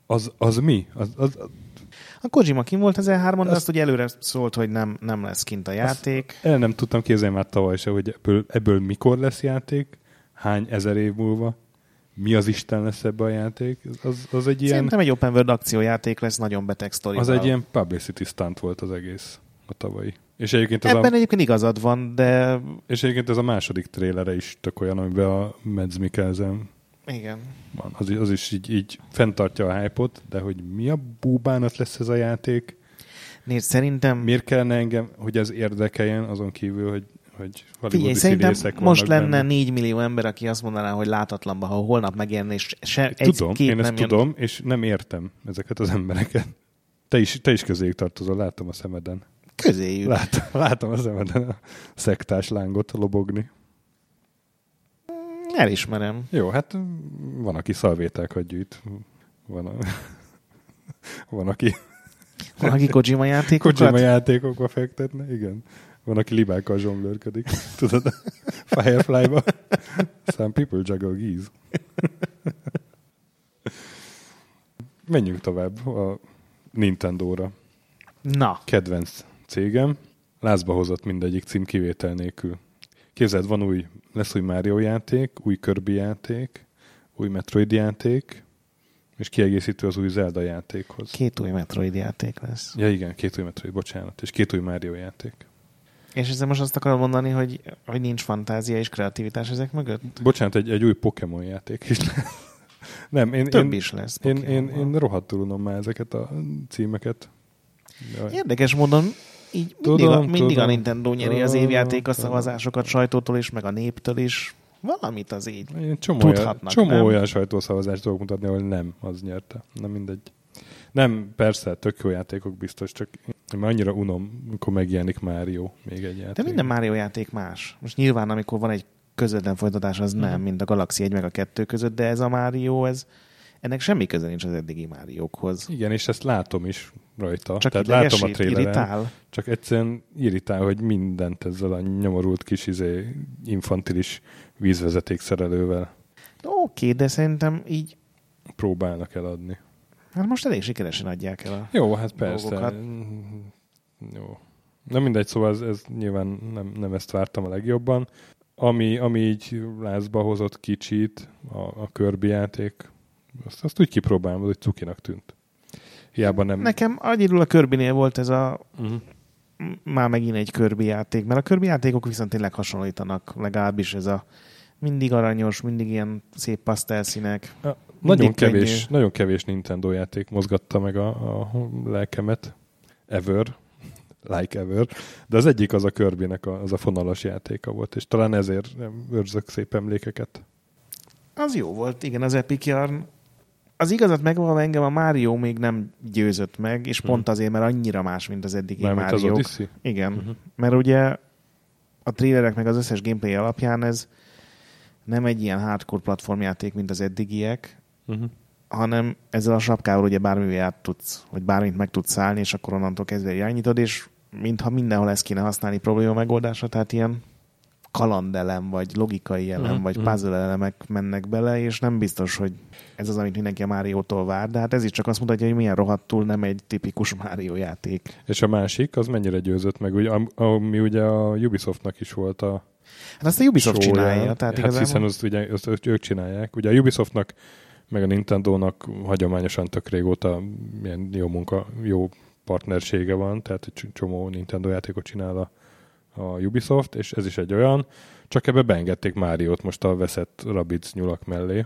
Az, az mi? Az, az, az... A Kojima kim volt az E hármon, de azt, azt ugye előre szólt, hogy nem, nem lesz kint a játék. El nem tudtam képzelni már tavaly se, hogy ebből, ebből mikor lesz játék, hány ezer év múlva, mi az Isten lesz ebbe a játék. Az, az egy ilyen... Szerintem egy open world akciójáték lesz, nagyon beteg sztorival. Az egy ilyen publicity stunt volt az egész a tavalyi. És egyébként ez Ebben a... egyébként igazad van, de... És egyébként ez a második trélere is tök olyan, amiben a Mads Mikkelsen igen. van. Az, az is így, így fenntartja a hype-ot, de hogy mi a búbánat lesz ez a játék? Nézd, szerintem... Miért kellene engem, hogy ez érdekeljen, azon kívül, hogy, hogy hollywoodi színészek vannak most lenne benne. négy millió ember, aki azt mondaná, hogy látatlanban, ha holnap megjelenne, és se tudom, egy, két én nem ezt jön. tudom, és nem értem ezeket az embereket. Te is, te is közéjük tartozol, látom a szemeden. Közéjük. Lát, látom a szemeden a szektás lángot lobogni. Elismerem. Jó, hát van, aki szalvétákat gyűjt. Van, a, van aki... Van, aki Kojima játékokat? Kojima játékokba fektetne, igen. Van, aki libákkal zsonglőrködik. Tudod, a Firefly-ba. Some people juggle geese. Menjünk tovább a Nintendóra. Na. Kedvenc cégem. Lázba hozott mindegyik cím kivétel nélkül. Képzeld, van új, lesz új Mario játék, új Kirby játék, új Metroid játék, és kiegészítő az új Zelda játékhoz. Két új Metroid játék lesz. Ja igen, két új Metroid, bocsánat, és két új Mario játék. És ezzel most azt akarom mondani, hogy, hogy nincs fantázia és kreativitás ezek mögött? Bocsánat, egy, egy új Pokémon játék is lesz. Nem, én, Több én, is lesz. Én, én, én rohadtul unom már ezeket a címeket. Jaj. Érdekes módon így mindig, tudom, a, mindig tudom. A Nintendo nyeri az évjáték a szavazásokat sajtótól is, meg a néptől is. Valamit az így én csomó tudhatnak, olyan, csomó nem? olyan sajtószavazást tudok mutatni, ahol nem, az nyerte. Nem mindegy. Nem, persze, tök jó játékok biztos, csak én annyira unom, amikor megjelenik Mario még egy játék. De minden Mario játék más. Most nyilván, amikor van egy közvetlen folytatás, az nem, mint a Galaxy egy meg a kettő között, de ez a Mario, ez, ennek semmi köze nincs az eddigi Mariókhoz. Igen, és ezt látom is rajta. Csak Tehát látom a tréleren, irritál? Csak egyszerűen irritál, hogy mindent ezzel a nyomorult kis izé, infantilis vízvezetékszerelővel oké, de szerintem így próbálnak eladni. Hát most elég sikeresen adják el a Jó, hát persze. dolgokat. Jó. Na mindegy, szóval ez, ez nyilván nem, nem ezt vártam a legjobban. Ami, ami így lázba hozott kicsit, a, a Kirby játék, azt, azt úgy kipróbálom, hogy cukinak tűnt. Hiába nem... Nekem annyira a Kirbynél volt ez a uh-huh. már megint egy Kirby játék, mert a Kirby játékok viszont tényleg hasonlítanak, legalábbis ez a mindig aranyos, mindig ilyen szép pasztelszínek. Ja, nagyon kevés, nagyon kevés Nintendo játék mozgatta meg a, a lelkemet. Ever. Like ever. De az egyik az a Kirbynek a, az a fonalas játéka volt, és talán ezért őrzök szép emlékeket. Az jó volt, igen, az Epic Yarn. Az igazat megvalva engem a Mario még nem győzött meg, és hmm. pont azért, mert annyira más, mint az eddigi Mario. az Odyssey? Igen, uh-huh. mert ugye a trailerek meg az összes gameplay alapján ez nem egy ilyen hardcore platformjáték, mint az eddigiek, uh-huh. hanem ezzel a sapkával ugye bármivel át tudsz, vagy bármit meg tudsz szállni, és akkor onnantól kezdve irányítod, és mintha mindenhol ezt kéne használni probléma megoldásra, tehát ilyen kalandelem, vagy logikai elem, uh-huh. vagy puzzle elemek mennek bele, és nem biztos, hogy ez az, amit mindenki a Máriótól vár, de hát ez is csak azt mutatja, hogy milyen rohadtul nem egy tipikus Mário játék. És a másik, az mennyire győzött meg, ugye, ami ugye a Ubisoftnak is volt a hát azt a Ubisoft sója. csinálja. Tehát hát igazából... hiszen azt, ugye, azt ők csinálják. Ugye a Ubisoftnak meg a Nintendónak hagyományosan tök régóta ilyen jó munka, jó partnersége van, tehát egy csomó Nintendo játékot csinál a, a Ubisoft, és ez is egy olyan, csak ebbe beengedték Máriót most a veszett Rabbids nyulak mellé.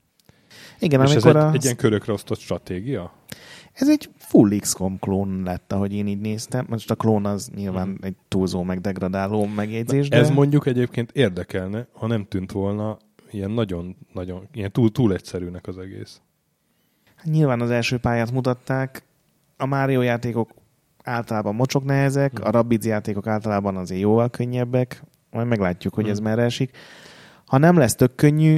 Igen, és amikor ez a... egy, egy ilyen körökre osztott stratégia? Ez egy full iksz kom klón lett, ahogy én így néztem. Most a klón az nyilván hmm. egy túlzó, meg degradáló megjegyzés, de... Ez mondjuk egyébként érdekelne, ha nem tűnt volna ilyen nagyon, nagyon, ilyen túl, túl egyszerűnek az egész. Nyilván az első pályát mutatták. A Mario játékok általában mocsok nehezek, hmm. a Rabbids játékok általában azért jóval könnyebbek. Majd meglátjuk, hogy hmm. ez merre esik. Ha nem lesz tök könnyű,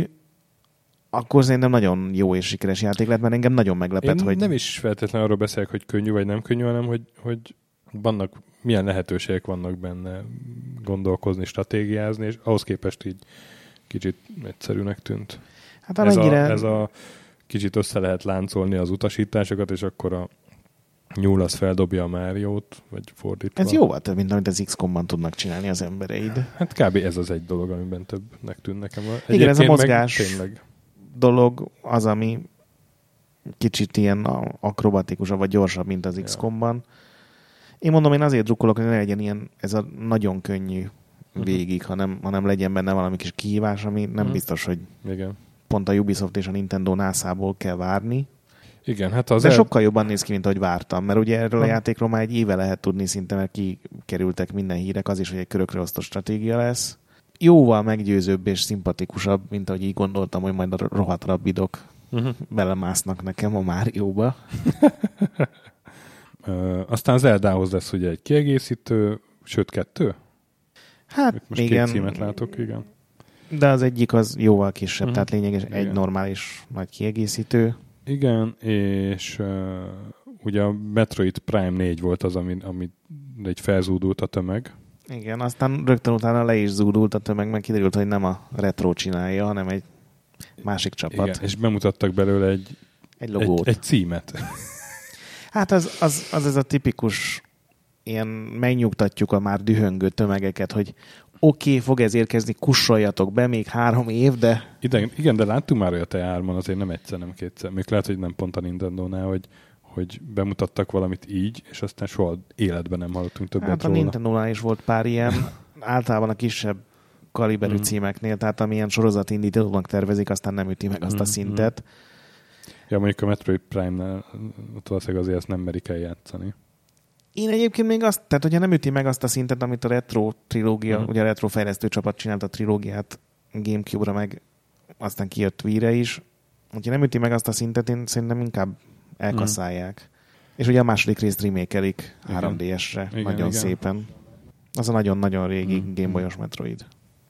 akkor szerintem nagyon jó és sikeres játék lett, mert engem nagyon meglepett, Én hogy... nem is feltétlenül arról beszélek, hogy könnyű vagy nem könnyű, hanem hogy, hogy vannak, milyen lehetőségek vannak benne gondolkozni, stratégiázni, és ahhoz képest így kicsit egyszerűnek tűnt. Hát amennyire... Ez a, ez a kicsit össze lehet láncolni az utasításokat, és akkor a nyúl az feldobja a Máriót, vagy fordítva. Ez jóval több, mint amit az iksz komban tudnak csinálni az embereid. Hát kb. Ez az egy dolog, amiben többnek tűn nekem. Egyébként igen, ez a mozgás tényleg... dolog az, ami kicsit ilyen akrobatikusabb, vagy gyorsabb, mint az iksz komban. Én mondom, én azért drukkolok, hogy ne legyen ilyen, ez a nagyon könnyű végig, uh-huh. hanem, hanem legyen benne valami kis kihívás, ami nem uh-huh. biztos, hogy igen. pont a Ubisoft és a Nintendo nászából kell várni. Igen, hát az De el... sokkal jobban néz ki, mint ahogy vártam, mert ugye erről a játékról már egy éve lehet tudni szinte, mert kikerültek minden hírek, az is, hogy egy körökre osztott stratégia lesz. Jóval meggyőzőbb és szimpatikusabb, mint ahogy így gondoltam, hogy majd a rohadt rabidok uh-huh. belemásznak nekem a Márióba. Ö, aztán az Zeldához lesz ugye egy kiegészítő, sőt kettő? Hát most igen. Két címet látok, igen. De az egyik az jóval kisebb, uh-huh. tehát lényeges igen. egy normális nagy kiegészítő. Igen, és uh, ugye a Metroid Prime négy volt az, ami, ami egy felzúdult a tömeg. Igen, aztán rögtön utána le is zúdult a tömeg, meg kiderült, hogy nem a Retro csinálja, hanem egy másik csapat. Igen, és bemutattak belőle egy, egy logót. Egy, egy címet. Hát az, az, az ez a tipikus ilyen megnyugtatjuk a már dühöngő tömegeket, hogy oké, okay, fog ez érkezni, kussoljatok be, még három év, de... Igen, igen, de láttunk már olyat e hárman, azért nem egyszer, nem kétszer. Még lehet, hogy nem pont a Nintendo-nál, hogy, hogy bemutattak valamit így, és aztán soha életben nem hallottunk többet hát róla. A Nintendo-nál is volt pár ilyen, általában a kisebb kaliberű mm. címeknél, tehát amilyen sorozat indítónak tervezik, aztán nem üti meg azt mm. a szintet. Ja, mondjuk a Metroid Prime-nál ott valószínűleg azért ezt nem merik eljátszani. Én egyébként még azt, tehát hogyha nem üti meg azt a szintet, amit a Retro trilógia, uh-huh. ugye a Retro fejlesztő csapat csinált a trilógiát Gamecube-ra, meg aztán kijött Wii-re is, hogyha nem üti meg azt a szintet, én szerintem inkább elkasszálják. Uh-huh. És ugye a második részt remake-elik három dé esre, igen, nagyon igen. szépen. Az a nagyon-nagyon régi uh-huh. Game Boy-os Metroid.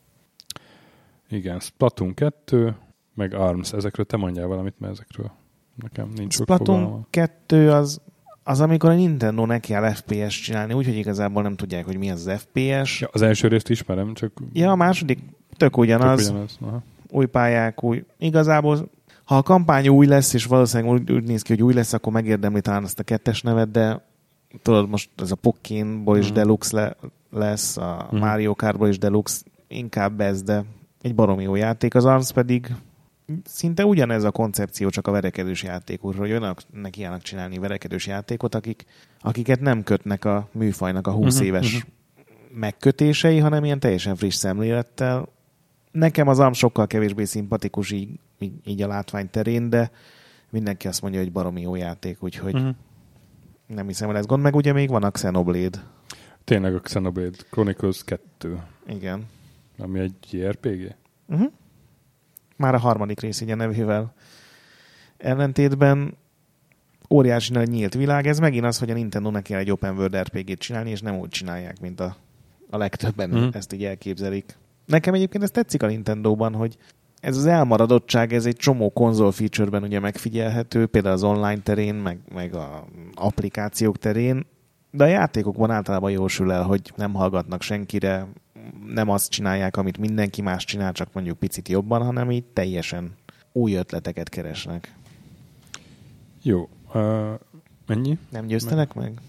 Igen, Splatoon kettő, meg ARMS, ezekről te mondjál valamit, mert ezekről nekem nincs sok Splatoon fogalma. kettő az Az, amikor a Nintendo neki áll ef pé es csinálni, úgyhogy igazából nem tudják, hogy mi az, az ef pé es. Ja, az első részt ismerem, csak... Ja, a második tök ugyanaz. Tök ugyanaz. Aha. Új pályák, új... Igazából, ha a kampány új lesz, és valószínűleg úgy, úgy néz ki, hogy új lesz, akkor megérdemli talán azt a kettes nevet, de tudod, most ez a Pokémonból is mm. Deluxe le, lesz, a mm. Mario Kartból is Deluxe, inkább ez, de egy baromi jó játék. Az ARMS pedig szinte ugyanez a koncepció, csak a verekedős játékúr, hogy önök neki állnak csinálni verekedős játékot, akik, akiket nem kötnek a műfajnak a húsz uh-huh, éves uh-huh. megkötései, hanem ilyen teljesen friss szemlélettel. Nekem az ARMS sokkal kevésbé szimpatikus így, így, így a látvány terén, de mindenki azt mondja, hogy baromi jó játék, úgyhogy uh-huh. nem hiszem, hogy lesz gond. Meg ugye még van a Xenoblade. Tényleg a Xenoblade Chronicles kettő. Igen. Ami egy jé er pé gé? Uh-huh. Már a harmadik rész így a nevével ellentétben óriási nagy nyílt világ. Ez megint az, hogy a Nintendo-nek kell egy open world er pé gét csinálni, és nem úgy csinálják, mint a, a legtöbben mm. ezt így elképzelik. Nekem egyébként ez tetszik a Nintendo-ban, hogy ez az elmaradottság, ez egy csomó konzol feature-ben ugye megfigyelhető, például az online terén, meg, meg a applikációk terén, de a játékokban általában jól sül el, hogy nem hallgatnak senkire, nem azt csinálják, amit mindenki más csinál, csak mondjuk picit jobban, hanem így teljesen új ötleteket keresnek. Jó. Uh, mennyi? Nem győztenek meg? meg?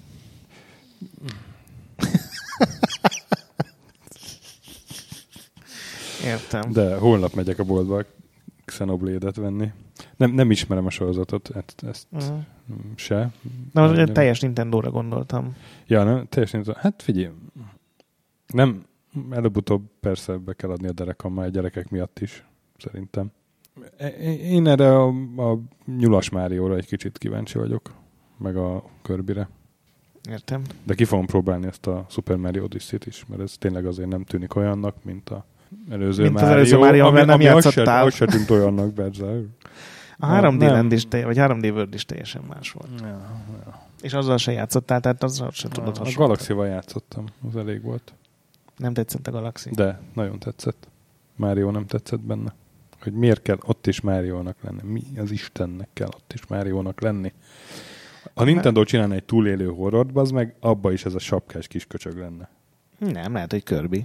Értem. De holnap megyek a boltba Xenoblade-et venni. Nem, nem ismerem a sorozatot, ezt, ezt uh-huh. se. Na, most teljes Nintendo-ra gondoltam. Ja, nem, teljes Nintendo. Hát figyelj, nem, előbb-utóbb persze be kell adni a derekam már a gyerekek miatt is, szerintem. Én erre a, a nyulas Márióra egy kicsit kíváncsi vagyok, meg a Kirbyre. Értem. De ki fogom próbálni ezt a Super Mario Odyssey-t is, mert ez tényleg azért nem tűnik olyannak, mint a előző mint Mario. Az előző Mario, ami, nem játszottál. Hogy se tűnt olyannak, persze. A három dé Land is, vagy három dé World is teljesen más volt. Ja, ja. És azzal se játszottál, tehát azzal se tudod hasonlítani. A Galaxival játszottam, az elég volt. Nem tetszett a Galaxy? De, nagyon tetszett. Mario nem tetszett benne. Hogy miért kell ott is Máriónak lenni? Mi az Istennek kell ott is Máriónak lenni? Ha Nintendo csinálna egy túlélő horrort, az meg abba is ez a sapkás kis köcsög lenne. Nem, lehet, hogy Kirby.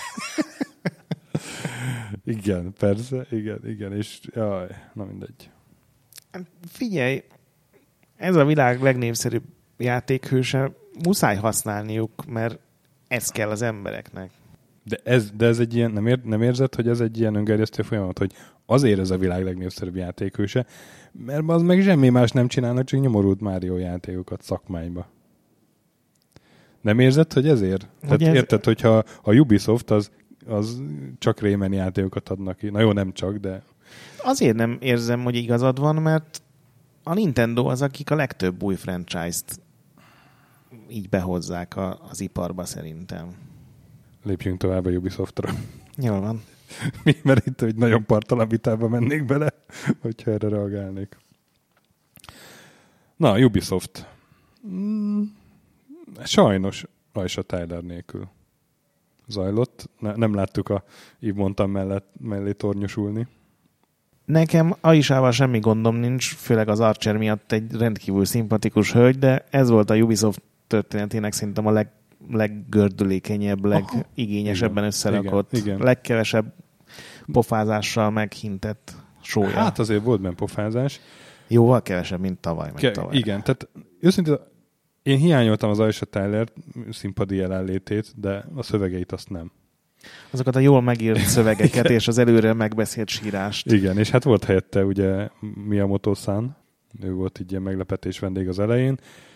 Igen, persze, igen, igen, és jaj, na mindegy. Figyelj, ez a világ legnépszerűbb játékhőse, muszáj használniuk, mert ez kell az embereknek. De ez, de ez egy ilyen, nem, ér, nem érzed, hogy ez egy ilyen öngerjesztő folyamat, hogy azért ez a világ legnépszerűbb játékhőse, mert az meg semmi más nem csinálnak, csak nyomorult Mario játékokat szakmányba. Nem érzed, hogy ezért? Hogy Tehát ez... érted, hogyha a Ubisoft az, az csak Rayman játékokat adnak ki. Na jó, nem csak, de... Azért nem érzem, hogy igazad van, mert a Nintendo az, akik a legtöbb új franchise-t így behozzák a, az iparba szerintem. Lépjünk tovább a Ubisoftra. Jól van. Mi, mert itt egy nagyon partalan vitába mennék bele, hogyha erre reagálnék. Na, Ubisoft. Mm, sajnos Aisha Tyler nélkül zajlott. Ne, nem láttuk a így mondtam mellett, mellé tornyosulni. Nekem Aishával semmi gondom nincs, főleg az Archer miatt egy rendkívül szimpatikus hölgy, de ez volt a Ubisoft történetének szerintem a leg, leggördülékenyebb, legigényesebben összerakott, igen, igen. legkevesebb pofázással meghintett sója. Hát azért volt benne pofázás. Jóval kevesebb, mint tavaly. Meg Ke- tavaly. Igen, tehát őszintén én hiányoltam az Aisha Tyler színpadi jelenlétét, de a szövegeit azt nem. Azokat a jól megírt szövegeket és az előre megbeszélt sírást. Igen, és hát volt helyette ugye Miyamoto-san, ő volt így ilyen meglepetés vendég az elején,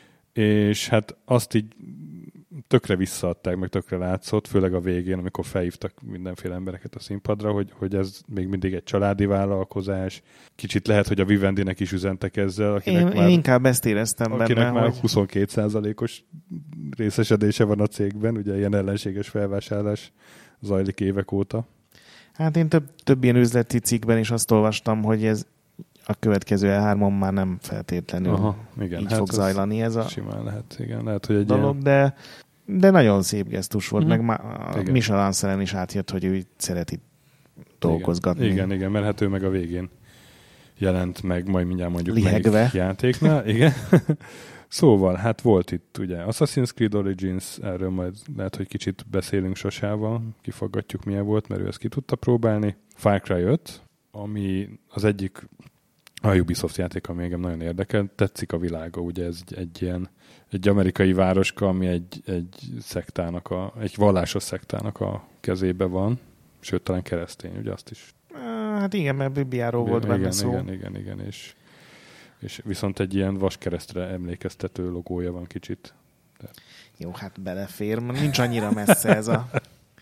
és hát azt így tökre visszaadták, meg tökre látszott, főleg a végén, amikor felhívtak mindenféle embereket a színpadra, hogy, hogy ez még mindig egy családi vállalkozás. Kicsit lehet, hogy a Vivendinek is üzentek ezzel. Akinek Én, már, én inkább ezt éreztem akinek benne. már hogy... huszonkettő százalékos részesedése van a cégben, ugye ilyen ellenséges felvásárlás zajlik évek óta. Hát én több, több ilyen üzleti cikkben is azt olvastam, hogy ez a következő E hármon már nem feltétlenül Aha, igen, így hát fog zajlani ez a simán lehet, igen. Lehet, hogy egy dolog, ilyen... de, de nagyon szép gesztus volt, Mm-hmm. meg má, a Michel Ancelen is átjött, hogy ő szereti dolgozgatni. Igen, igen, igen, mert hát ő meg a végén jelent meg, majd mindjárt mondjuk Lihegve. melyik játéknál. Igen. Szóval, hát volt itt ugye Assassin's Creed Origins, erről majd lehet, hogy kicsit beszélünk Sosával, kifaggatjuk milyen volt, mert ő ezt ki tudta próbálni. Far Cry öt, ami az egyik a Ubisoft játék, ami engem nagyon érdekel, tetszik a világa, ugye ez egy, egy ilyen egy amerikai városka, ami egy, egy szektának, a, egy vallásos szektának a kezébe van, sőt, talán keresztény, ugye azt is. Hát igen, mert Bibliáról volt benne igen, szó. Igen, igen, igen, és, és viszont egy ilyen vaskeresztre emlékeztető logója van kicsit. De... Jó, hát belefér, nincs annyira messze ez a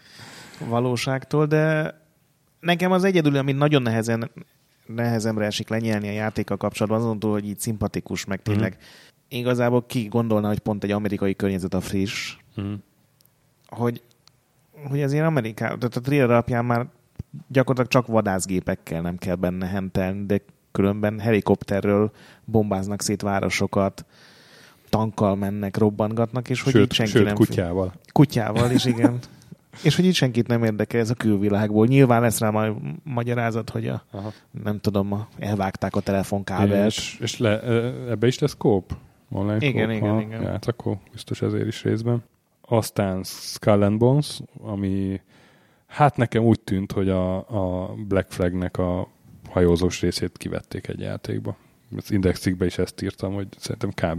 valóságtól, de nekem az egyedül, ami nagyon nehezen nehezemre esik lenyelni a játékkal kapcsolatban, azon túl, hogy így szimpatikus, meg tényleg mm. igazából ki gondolna, hogy pont egy amerikai környezet a friss, mm. hogy, hogy az ilyen Amerikában, tehát a trailer alapján már gyakorlatilag csak vadászgépekkel nem kell benne hentelni, de különben helikopterről bombáznak szét városokat, tankkal mennek, robbangatnak, és hogy sőt, itt senki sőt, nem... kutyával. Fél... Kutyával is, igen. És hogy itt senkit nem érdekel ez a külvilágból. Nyilván lesz rá majd magyarázat, hogy a, nem tudom, elvágták a telefonkábelt. És, és le, ebbe is lesz kóp? Online igen, kóp? igen, ha, igen. Ja, hát akkor biztos ezért is részben. Aztán Skull and Bones, ami hát nekem úgy tűnt, hogy a, a Black Flagnek a hajózós részét kivették egy játékba. Az Index cikkben is ezt írtam, hogy szerintem kb.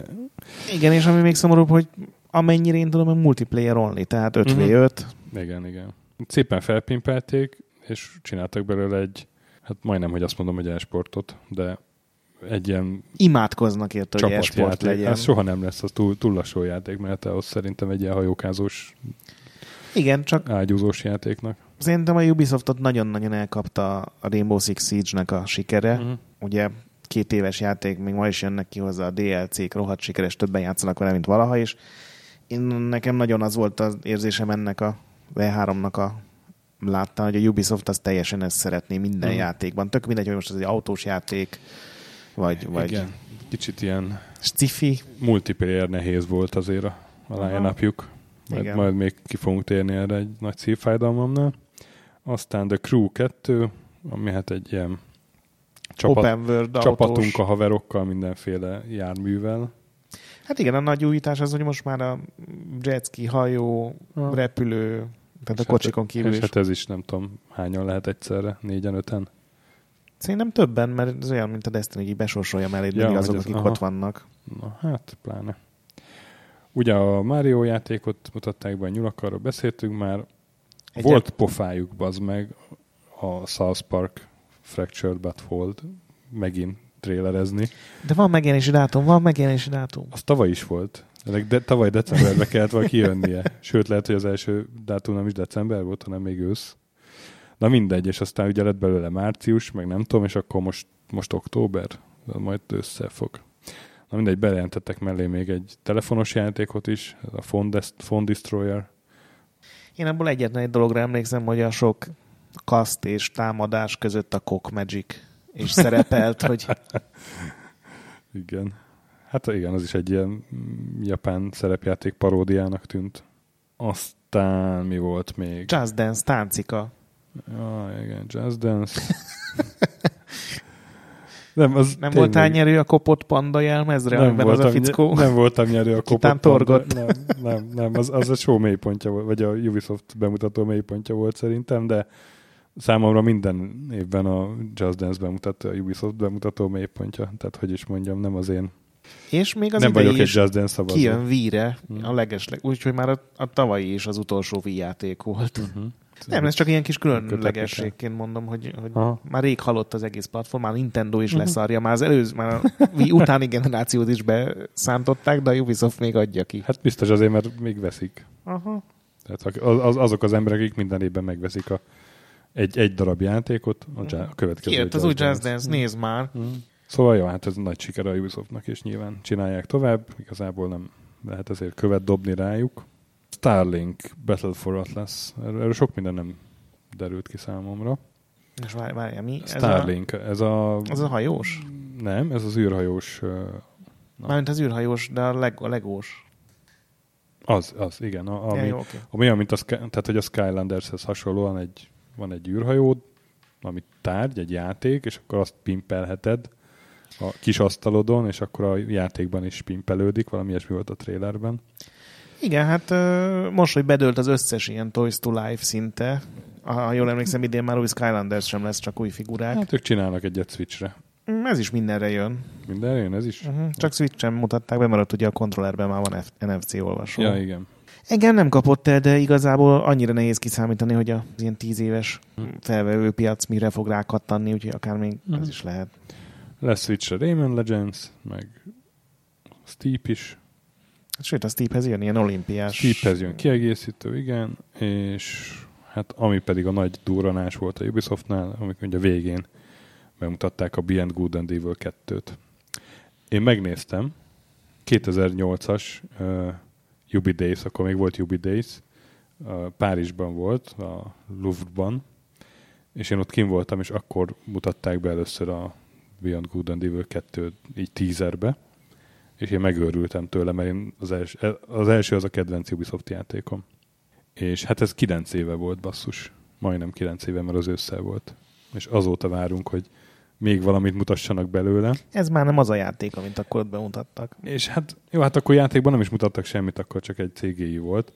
Igen, és ami még szomorúbb, hogy amennyire én tudom, a multiplayer only, tehát öt vé öt. Mm-hmm. Igen, igen. Szépen felpimpelték, és csináltak belőle egy, hát majdnem, hogy azt mondom, hogy e-sportot, de egy ilyen imádkoznak érte, hogy e-sport legyen. Ez soha nem lesz, az túl, túl lassú játék, mert ahhoz szerintem egy ilyen hajókázós, igen, csak ágyúzós játéknak. Szerintem a Ubisoftot nagyon-nagyon elkapta a Rainbow Six Siege-nek a sikere. Uh-huh. Ugye két éves játék, még ma is jönnek ki hozzá a dé el cé-k, rohadt sikeres, többen játszanak vele, mint valaha, és én, nekem nagyon az volt az érzésem ennek a E háromnak a láttam, hogy a Ubisoft az teljesen ezt szeretné minden uh-huh. játékban. Tök mindegy, hogy most ez egy autós játék, vagy... vagy igen, kicsit ilyen sci-fi. Multiplayer nehéz volt azért a, a line-upjuk. Majd, majd még ki fogunk térni erre egy nagy szívfájdalmamnál. Aztán The Crew kettő, ami hát egy ilyen csapat, world, csapatunk autós. A haverokkal, mindenféle járművel. Hát igen, a nagy újítás az, hogy most már a jetski, hajó, ah. repülő, tehát és a kocsikon hát, kívül és is. hát ez is nem tudom, hányan lehet egyszerre, négyen, öten? Szerintem többen, mert ez olyan, mint a Destiny, hogy besorsolja mellé Ja, mindig azok, ez- akik aha. ott vannak. Na, hát pláne. Ugye a Mario játékot mutatták be, a nyulak, arról beszéltünk már. Egyet- Volt pofájuk, bazd meg, a South Park Fractured But Fold megint trailerezni. De van megjelenési dátum, van megjelenési dátum. Az tavaly is volt. Ennek de, tavaly decemberben kellett volna kijönnie. Sőt, lehet, hogy az első dátum nem is december volt, hanem még ősz. Na mindegy, és aztán ugye lett belőle március, meg nem tudom, és akkor most, most október, majd össze fog. Na mindegy, bejelentettek mellé még egy telefonos játékot is, ez a Phone, Des- Phone Destroyer. Én abból egyetlen egy dologra emlékszem, hogy a sok kaszt és támadás között a Cock Magic és szerepelt, hogy Igen. Hát igen, az is egy ilyen mm, japán szerepjáték paródiának tűnt. Aztán mi volt még? Just Dance táncika. Ah, igen, Just Dance. nem, az Nem tényleg- voltál nyerő a kopott panda jelmezre, nem amiben az a voltam, fickó? nem voltam nyerő a Kitán kopott panda. torgott. Nem, nem, nem, az, az a show mélypontja volt, vagy a Ubisoft bemutató mélypontja volt szerintem, de számomra minden évben a Just Dance bemutató, a Ubisoft bemutató mélypontja. Tehát, hogy is mondjam, nem az én. És még az Nem idei vagyok egy is Just Dance szavazó. kijön Wii-re, Hmm. a legesleg, úgyhogy már a, a tavalyi is az utolsó Wii játék volt. Uh-huh. Nem, ez csak ilyen kis Kötetni különlegességként mondom, hogy, hogy Aha. már rég halott az egész platform, már Nintendo is Mhm. leszarja, már az előző, már a Wii utáni generációt is beszántották, de a Ubisoft még adja ki. Hát biztos azért, mert még veszik. Aha. Tehát az, az, azok az emberek, akik minden évben megveszik a, egy, egy darab játékot, a, ja- a következő. Kijött az új Just Dance, nézd már. Mm. Szóval jó, hát ez nagy siker a Ubisoftnak, és nyilván csinálják tovább, igazából nem lehet azért követ dobni rájuk. Starlink, Battle for Atlas, erről, erről sok minden nem derült ki számomra. És várj, várj, mi? Ez Starlink, ez a... a, az a hajós? Nem, ez az űrhajós... ö, Na. Mármint az űrhajós, de a, leg, a legós. Az, az, igen. A, ami, Ja, jó, oké. ami olyan, mint a, Sky- tehát, hogy a Skylandershez hasonlóan egy, van egy űrhajód, ami tárgy, egy játék, és akkor azt pimpelheted a kis asztalodon, és akkor a játékban is pimpelődik, valami ilyesmi volt a trailerben. Igen, hát ö, most, hogy bedőlt az összes ilyen Toys to Life szinte, ha jól emlékszem, idén már új Skylanders sem lesz, csak új figurák. Hát ők csinálnak egyet Switchre. Mm, Ez is mindenre jön. Minden jön, ez is? Uh-huh. Csak Switch-en mutatták be, mert ott ugye a kontrollerben már van F- en ef cé olvasó. Ja, igen. Engem nem kapott el, de igazából annyira nehéz kiszámítani, hogy az ilyen tíz éves Hm. felvevő piac mire fog rákattanni, úgyhogy akár még Mhm. ez is lehet. Lesz Switchre Rayman Legends, meg Steep is. Sőt, a Steephez jön ilyen olimpiás... Steephez jön kiegészítő, igen, és hát ami pedig a nagy durranás volt a Ubisoftnál, amikor ugye a végén bemutatták a Beyond Good and Evil kettőt. Én megnéztem, kétezer-nyolcas uh, Ubi Days, akkor még volt Ubi Days, uh, Párizsban volt, a Louvre-ban, és én ott kim voltam, és akkor mutatták be először a Beyond Good and Evil kettőt így teaserbe, és én megőrültem tőle, mert én az, els, az első az a kedvenc Ubisoft játékom. És hát ez kilenc éve volt, basszus. Majdnem kilenc éve, mert az ősszel volt. És azóta várunk, hogy még valamit mutassanak belőle. Ez már nem az a játék, amit akkor ott bemutattak. És hát jó, hát akkor játékban nem is mutattak semmit, akkor csak egy cé gé í volt.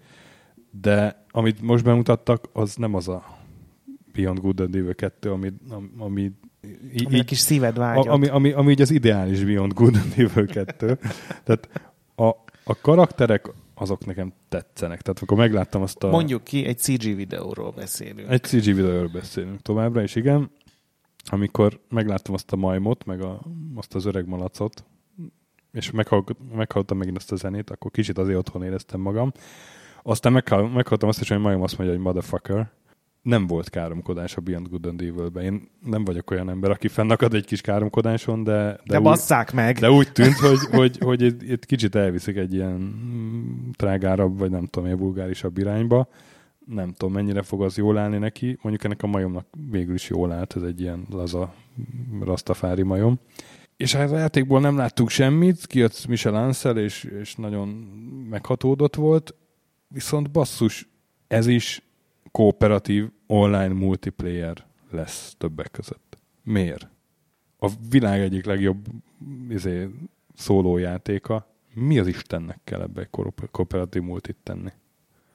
De amit most bemutattak, az nem az a Beyond Good and Evil kettő, ami, ami Így, ami a kis szíved vágyott. Ami, ami, ami így az ideális Beyond Good and Evil kettő. Tehát a, a karakterek azok nekem tetszenek. Tehát akkor megláttam azt a... Mondjuk ki, egy cé gé videóról beszélünk. Egy cé gé videóról beszélünk továbbra, és igen, amikor megláttam azt a majmot, meg a, azt az öreg malacot, és meghallottam megint ezt a zenét, akkor kicsit azért otthon éreztem magam. Aztán meghall, meghallottam azt is, hogy a majom azt mondja, hogy motherfucker. Nem volt káromkodás a Beyond Good and Evil-ben. Én nem vagyok olyan ember, aki fennakad egy kis káromkodáson, de... De, de úgy, basszák meg! De úgy tűnt, hogy, hogy, hogy itt, itt kicsit elviszik egy ilyen mm, trágárabb, vagy nem tudom, ilyen vulgárisabb irányba. Nem tudom, mennyire fog az jól állni neki. Mondjuk ennek a majomnak végül is jól állt, ez egy ilyen laza rastafári majom. És hát a játékból nem láttunk semmit, kijött Michel Ancel, és, és nagyon meghatódott volt. Viszont basszus, ez is kooperatív online multiplayer lesz többek között. Miért? A világ egyik legjobb izé, szólójátéka. Mi az Istennek kell ebbe egy kooperatív multit tenni?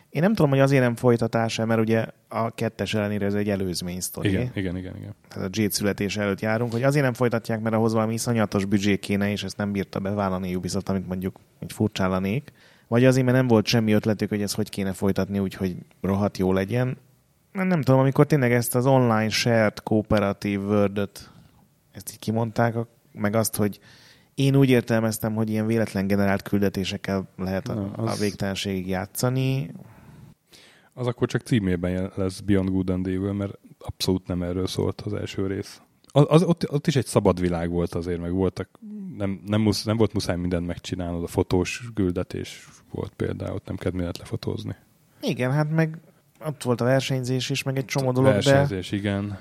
Én nem tudom, hogy azért nem folytatása, mert ugye a kettes ellenére ez egy előzmény sztori. Igen, igen, igen, igen. Tehát a Jade születése előtt járunk, hogy azért nem folytatják, mert ahhoz valami iszonyatos büdzsé kéne, és ezt nem bírta bevállalni Ubisoft, amit mondjuk egy furcsállanék. Vagy azért, mert nem volt semmi ötletük, hogy ezt hogy kéne folytatni, úgyhogy rohadt jó legyen. Nem tudom, amikor tényleg ezt az online shared cooperative word-öt ezt így kimondták, meg azt, hogy én úgy értelmeztem, hogy ilyen véletlen generált küldetésekkel lehet a, Na, az... a végtelenségig játszani. Az akkor csak címében lesz Beyond Good and Evil, mert abszolút nem erről szólt az első rész. Az, az, ott, ott is egy szabad világ volt azért, meg voltak, nem, nem, musz, nem volt muszáj mindent megcsinálnod, a fotós küldetés volt például, ott nem kellett mindent lefotózni. Igen, hát meg ott volt a versenyzés is, meg egy csomó dolog, versenyzés, de... igen.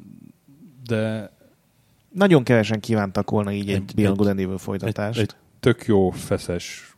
De... Nagyon kevesen kívántak volna így egy, egy Beyond Good and Evil folytatást. Egy, egy tök jó, feszes,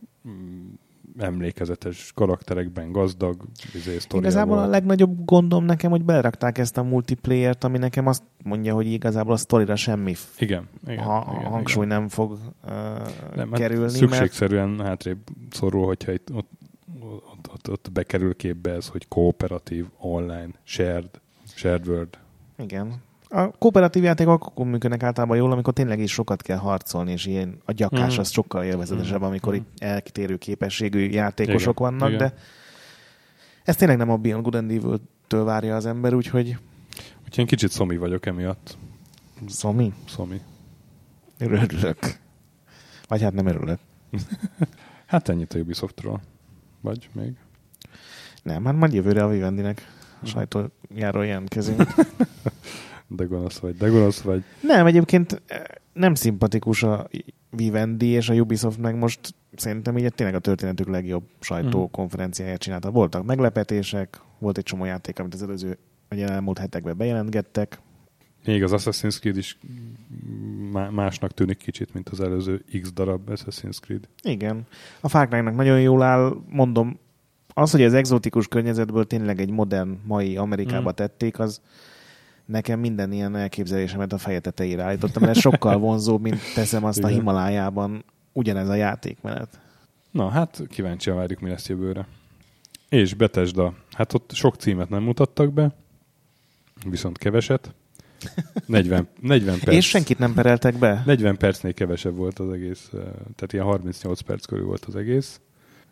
emlékezetes karakterekben gazdag izé, sztoria Igazából volt. A legnagyobb gondom nekem, hogy belerakták ezt a multiplayert, ami nekem azt mondja, hogy igazából a sztorira semmi igen, igen, ha, igen, hangsúly igen. nem fog uh, nem, kerülni. Szükségszerűen mert... hátrébb szorul, hogyha itt, ott, ott, ott, ott bekerül képbe ez, hogy kooperatív, online, shared, shared world. Igen. A kooperatív játékok akkor működnek általában jól, amikor tényleg is sokat kell harcolni, és ilyen a gyakás mm. az sokkal élvezetesebb, amikor mm. itt elkitérő képességű játékosok igen, vannak, igen. De ez tényleg nem a Beyond Good and Evil-től várja az ember, úgyhogy... Úgyhogy én kicsit szomi vagyok emiatt. Szomi? Szomi. Örülök. Vagy hát nem örülök. Hát ennyit a Ubisoftról. Vagy még? Nem, hát majd jövőre a Vivendinek a sajtójáról jelentkezünk. De gonosz vagy, de gonosz vagy. Nem, egyébként nem szimpatikus a Vivendi, és a Ubisoft meg most szerintem így tényleg a történetük legjobb sajtókonferenciáját csinálta. Voltak meglepetések, volt egy csomó játék, amit az előző, vagy elmúlt hetekben bejelentgettek. Még az Assassin's Creed is másnak tűnik kicsit, mint az előző X darab Assassin's Creed. Igen. A Far Cry-nak nagyon jól áll, mondom, az, hogy az egzotikus környezetből tényleg egy modern, mai Amerikába mm. tették, az nekem minden ilyen elképzelésemet a feje tetejére állítottam, mert sokkal vonzóbb, mint teszem azt igen. A Himalájában ugyanez a játékmenet. Na, hát kíváncsian várjuk, mi lesz jövőre. És Bethesda. Hát ott sok címet nem mutattak be, viszont keveset. negyven, negyven perc. És senkit nem pereltek be? negyven percnél kevesebb volt az egész, tehát ilyen harmincnyolc perc körül volt az egész.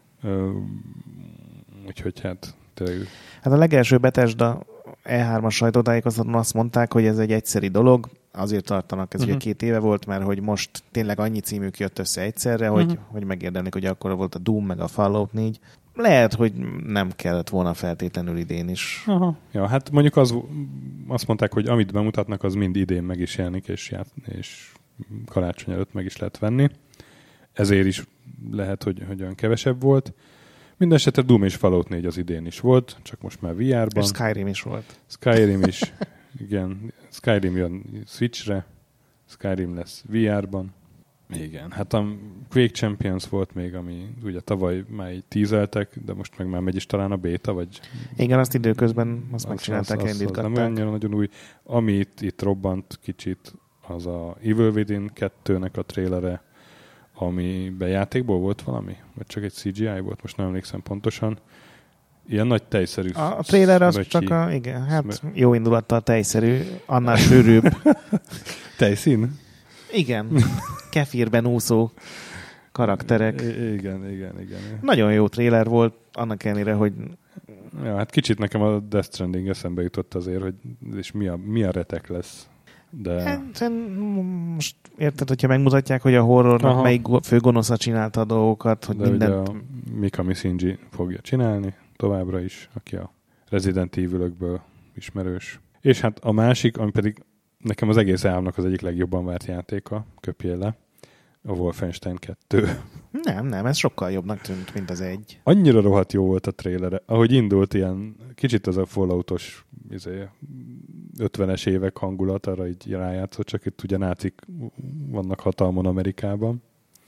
Úgyhogy hát tényleg... Hát a legelső Bethesda E hármas sajtótájékoztatón azt mondták, hogy ez egy egyszeri dolog, azért tartanak, ez uh-huh. ugye két éve volt, mert hogy most tényleg annyi címük jött össze egyszerre, uh-huh. hogy, hogy megérdemlik, hogy akkor volt a Doom meg a Fallout négy. Lehet, hogy nem kellett volna feltétlenül idén is. Aha. Ja, hát mondjuk az, azt mondták, hogy amit bemutatnak, az mind idén meg is jelenik, és, ját, és karácsony előtt meg is lehet venni. Ezért is lehet, hogy, hogy olyan kevesebb volt. Mindenesetre Doom és Fallout négy az idén is volt, csak most már vé er-ban. És Skyrim is volt. Skyrim is, igen. Skyrim jön Switchre, Skyrim lesz vé er-ban. Igen, hát a Quake Champions volt még, ami ugye tavaly már így tízeltek, de most meg már megy is talán a béta, vagy... Igen, azt időközben azt az, megcsinálták, az, az, az nem annyira nagyon új. Ami itt, itt robbant kicsit, az a Evil Within kettőnek a trailere, amiben játékból volt valami? Vagy csak egy cé gé i volt? Most nem emlékszem pontosan. Ilyen nagy tejszerű. A, a trailer az szmöcsi. Csak a, igen, hát Szmö... jó indulattal tejszerű, annál sűrűbb. Tejszín? Igen. Kefirben úszó karakterek. I- igen, igen, igen. Nagyon jó trailer volt, annak ellenére, hogy... Ja, hát kicsit nekem a Death Stranding eszembe jutott azért, hogy és mi a, mi a retek lesz. De... Hát, most érted, hogyha megmutatják, hogy a horrornak aha. melyik főgonosza csinálta a dolgokat, hogy de mindent... a Mikami Shinji fogja csinálni továbbra is, aki a Resident Evil-ökből ismerős. És hát a másik, ami pedig nekem az egész államnak az egyik legjobban várt játéka, köpjél le, a Wolfenstein kettő. Nem, nem, ez sokkal jobbnak tűnt, mint az egy. Annyira rohadt jó volt a trailere. Ahogy indult ilyen, kicsit az a Falloutos izé, ötvenes évek hangulat, arra így rájátszott, csak itt ugye nácik vannak hatalmon Amerikában.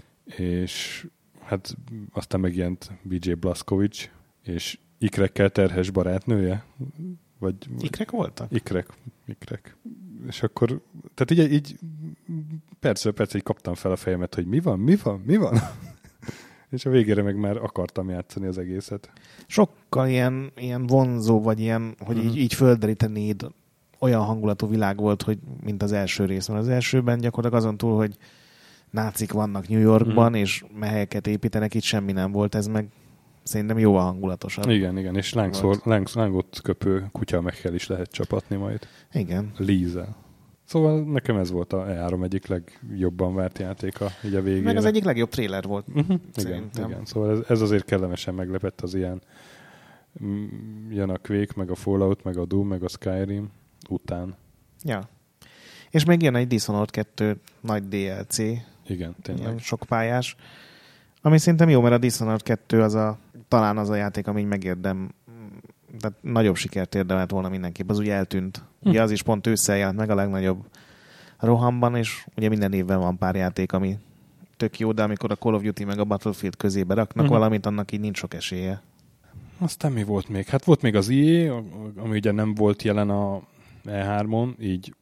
És hát aztán megjelent bé jé Blazkowicz, és ikrekkel terhes barátnője. Vagy, ikrek voltak? Ikrek, ikrek. És akkor, tehát így, így percről percre így kaptam fel a fejemet, hogy mi van, mi van, mi van? És a végére meg már akartam játszani az egészet. Sokkal ilyen, ilyen vonzó, vagy ilyen, hogy uh-huh. így, így földerítenéd, olyan hangulatú világ volt, hogy mint az első rész. Mert az elsőben gyakorlatilag azon túl, hogy nácik vannak New Yorkban, uh-huh. és mehelyeket építenek, itt semmi nem volt, ez meg szerintem jóval hangulatosabb. Igen, igen, és lángszor, láng, lángot köpő kutya megkel is lehet csapatni majd. Igen. Lízel. Szóval nekem ez volt a E három egyik legjobban várt játéka így a végére. Meg az egyik legjobb trailer volt. Uh-huh. Igen, igen, szóval ez, ez azért kellemesen meglepett az ilyen jön a Quake, meg a Fallout, meg a Doom, meg a Skyrim után. Ja. És még jön egy Dishonored kettő nagy dé el cé. Igen, tényleg. Ilyen sok pályás. Ami szerintem jó, mert a Dishonored kettő az a, talán az a játék, ami megérdem, tehát nagyobb sikert érdemelt volna mindenképp. Az ugye eltűnt. Hm. Ugye az is pont ősszel jelent meg a legnagyobb rohamban, és ugye minden évben van pár játék, ami tök jó, de amikor a Call of Duty meg a Battlefield közébe raknak uh-huh. valamit, annak így nincs sok esélye. Aztán mi volt még? Hát volt még az i á, ami ugye nem volt jelen a E hármon, így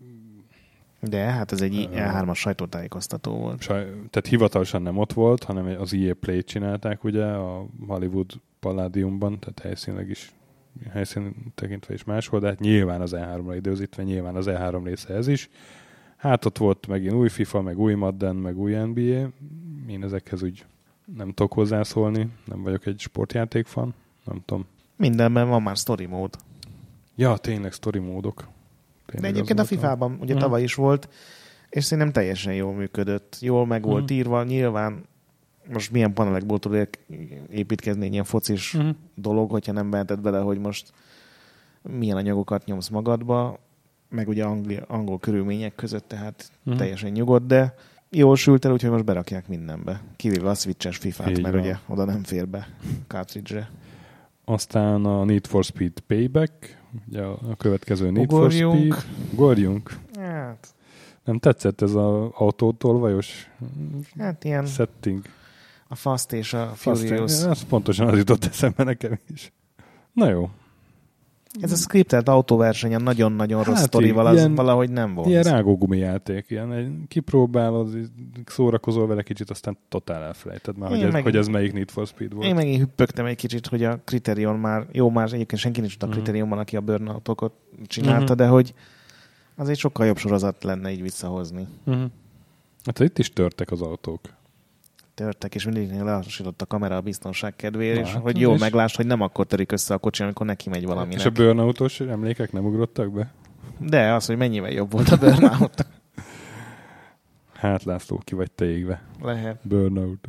de hát ez egy E hármas sajtótájékoztató volt. Saj, tehát hivatalosan nem ott volt, hanem az i á Play-t csinálták ugye a Hollywood Palladiumban, tehát helyszínileg is, helyszín tekintve is máshol, de hát nyilván az E háromra időzítve, nyilván az E három része ez is. Hát ott volt megint új FIFA, meg új Madden, meg új en bé á. Én ezekhez úgy nem tudok hozzászólni, nem vagyok egy sportjáték fan, nem tudom. Mindenben van már story mód. Ja, tényleg story módok. Tényleg de egyébként a fifában ugye uh-huh. tavaly is volt, és szerintem teljesen jól működött. Jól meg volt uh-huh. írva, nyilván most milyen panelekból tud építkezni egy ilyen focis uh-huh. dolog, hogyha nem beheted bele, hogy most milyen anyagokat nyomsz magadba, meg ugye angli, angol körülmények között, tehát uh-huh. teljesen nyugodt, de jól sült el, úgyhogy most berakják mindenbe. Kivéve a Switch-es fifát, így mert van. Ugye oda nem fér be cartridge-re. Aztán a Need for Speed Payback, ugye a következő Need Ugorjunk. for Speed. Ugorjunk. Hát. Nem tetszett ez az autótolvajos hát ilyen setting? A Fast és a Furious. Ez pontosan az jutott eszembe nekem is. Na jó. Ez a scriptelt autóverseny a nagyon-nagyon hát rossz sztorival, az valahogy nem volt. Ilyen rágógumi játék. Ilyen, egy, kipróbálod, szórakozol vele kicsit, aztán totál elfelejted már, hogy ez, hogy ez melyik Need for Speed volt. Én megint hüppögtem egy kicsit, hogy a Criterion már, jó, már egyébként senki nincs a Criterionban, aki a Burnoutokat csinálta, uh-huh. de hogy az egy sokkal jobb sorozat lenne így visszahozni. Uh-huh. Hát itt is törtek az autók. Törtek, és mindig lelassított a kamera a biztonság kedvéért, és hát, hogy jól meglásd, hogy nem akkor törik össze a kocsi, amikor neki megy valaminek. És a Burnoutos emlékek nem ugrottak be? De az, hogy mennyivel jobb volt a Burnout. Hát László, ki vagy te égve. Lehet. Burnout.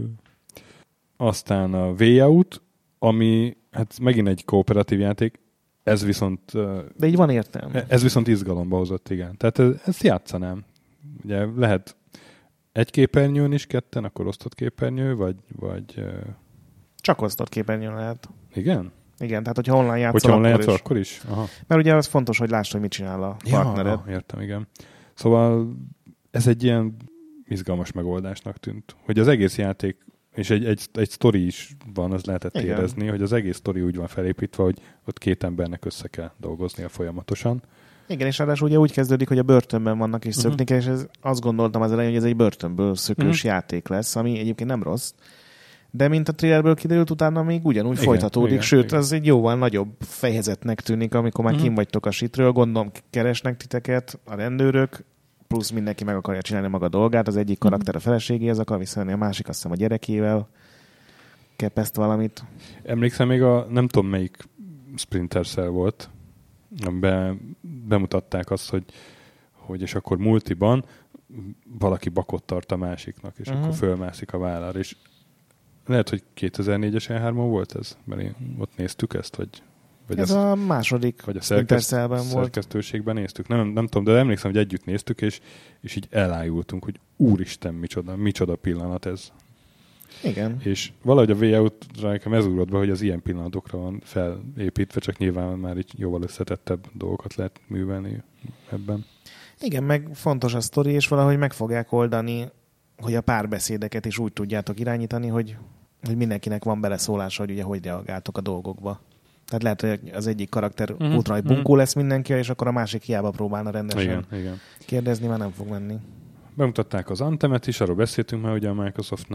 Aztán a Way Out, ami hát megint egy kooperatív játék, ez viszont... De így van értelme. Ez viszont izgalomba hozott, igen. Tehát ezt játszanám. Ugye lehet egy képernyőn is ketten, akkor osztott képernyő, vagy... vagy csak osztott képernyőn lehet. Igen? Igen, tehát hogyha online játszol, hogyha online akkor, játszol is. akkor is. Aha. Mert ugye az fontos, hogy lásd, hogy mit csinál a ja, partnered. Ah, értem, igen. Szóval ez egy ilyen izgalmas megoldásnak tűnt. Hogy az egész játék, és egy, egy, egy sztori is van, az lehetett igen. érezni, hogy az egész sztori úgy van felépítve, hogy ott két embernek össze kell dolgoznia folyamatosan. Igen, és ráadásul ugye úgy kezdődik, hogy a börtönben vannak és szökni kell, uh-huh. és ez, azt gondoltam az elején, hogy ez egy börtönből szökős uh-huh. játék lesz, ami egyébként nem rossz. De mint a trailerből kiderült, utána még ugyanúgy igen, folytatódik, igen, sőt, igen. az egy jóval nagyobb fejezetnek tűnik, amikor már uh-huh. kim vagytok a sitről, gondolom keresnek titeket a rendőrök, plusz mindenki meg akarja csinálni maga dolgát, az egyik karakter a feleségéhez akar visszajönni, a másik azt hiszem a gyerekével kepeszt valamit. Emlékszem még a, nem tudom melyik Splinter Cell volt, Be, bemutatták azt, hogy, hogy és akkor multiban valaki bakot tart a másiknak, és uh-huh. akkor fölmászik a vállára, és lehet, hogy kétezer-négyes E hármon volt ez, mert én ott néztük ezt, vagy, vagy ez a második vagy a szerkeszt, szerkesztőségben néztük. Nem, nem tudom, de emlékszem, hogy együtt néztük, és, és így elájultunk, hogy úristen, micsoda, micsoda pillanat ez. Igen. És valahogy a Way Out-ra nekem ez ugrott be, hogy az ilyen pillanatokra van felépítve, csak nyilván már így jóval összetettebb dolgokat lehet művelni ebben. Igen, meg fontos a sztori, és valahogy meg fogják oldani, hogy a párbeszédeket is úgy tudjátok irányítani, hogy, hogy mindenkinek van beleszólása, hogy ugye hogy reagáltok a dolgokba. Tehát lehet, hogy az egyik karakter uh-huh. ultra nagy bunkó uh-huh. lesz mindenki, és akkor a másik hiába próbálna rendesen igen, igen. kérdezni, már nem fog menni. Bemutatták az Anthemet is, arról beszéltünk már ugye a Microsoftnál.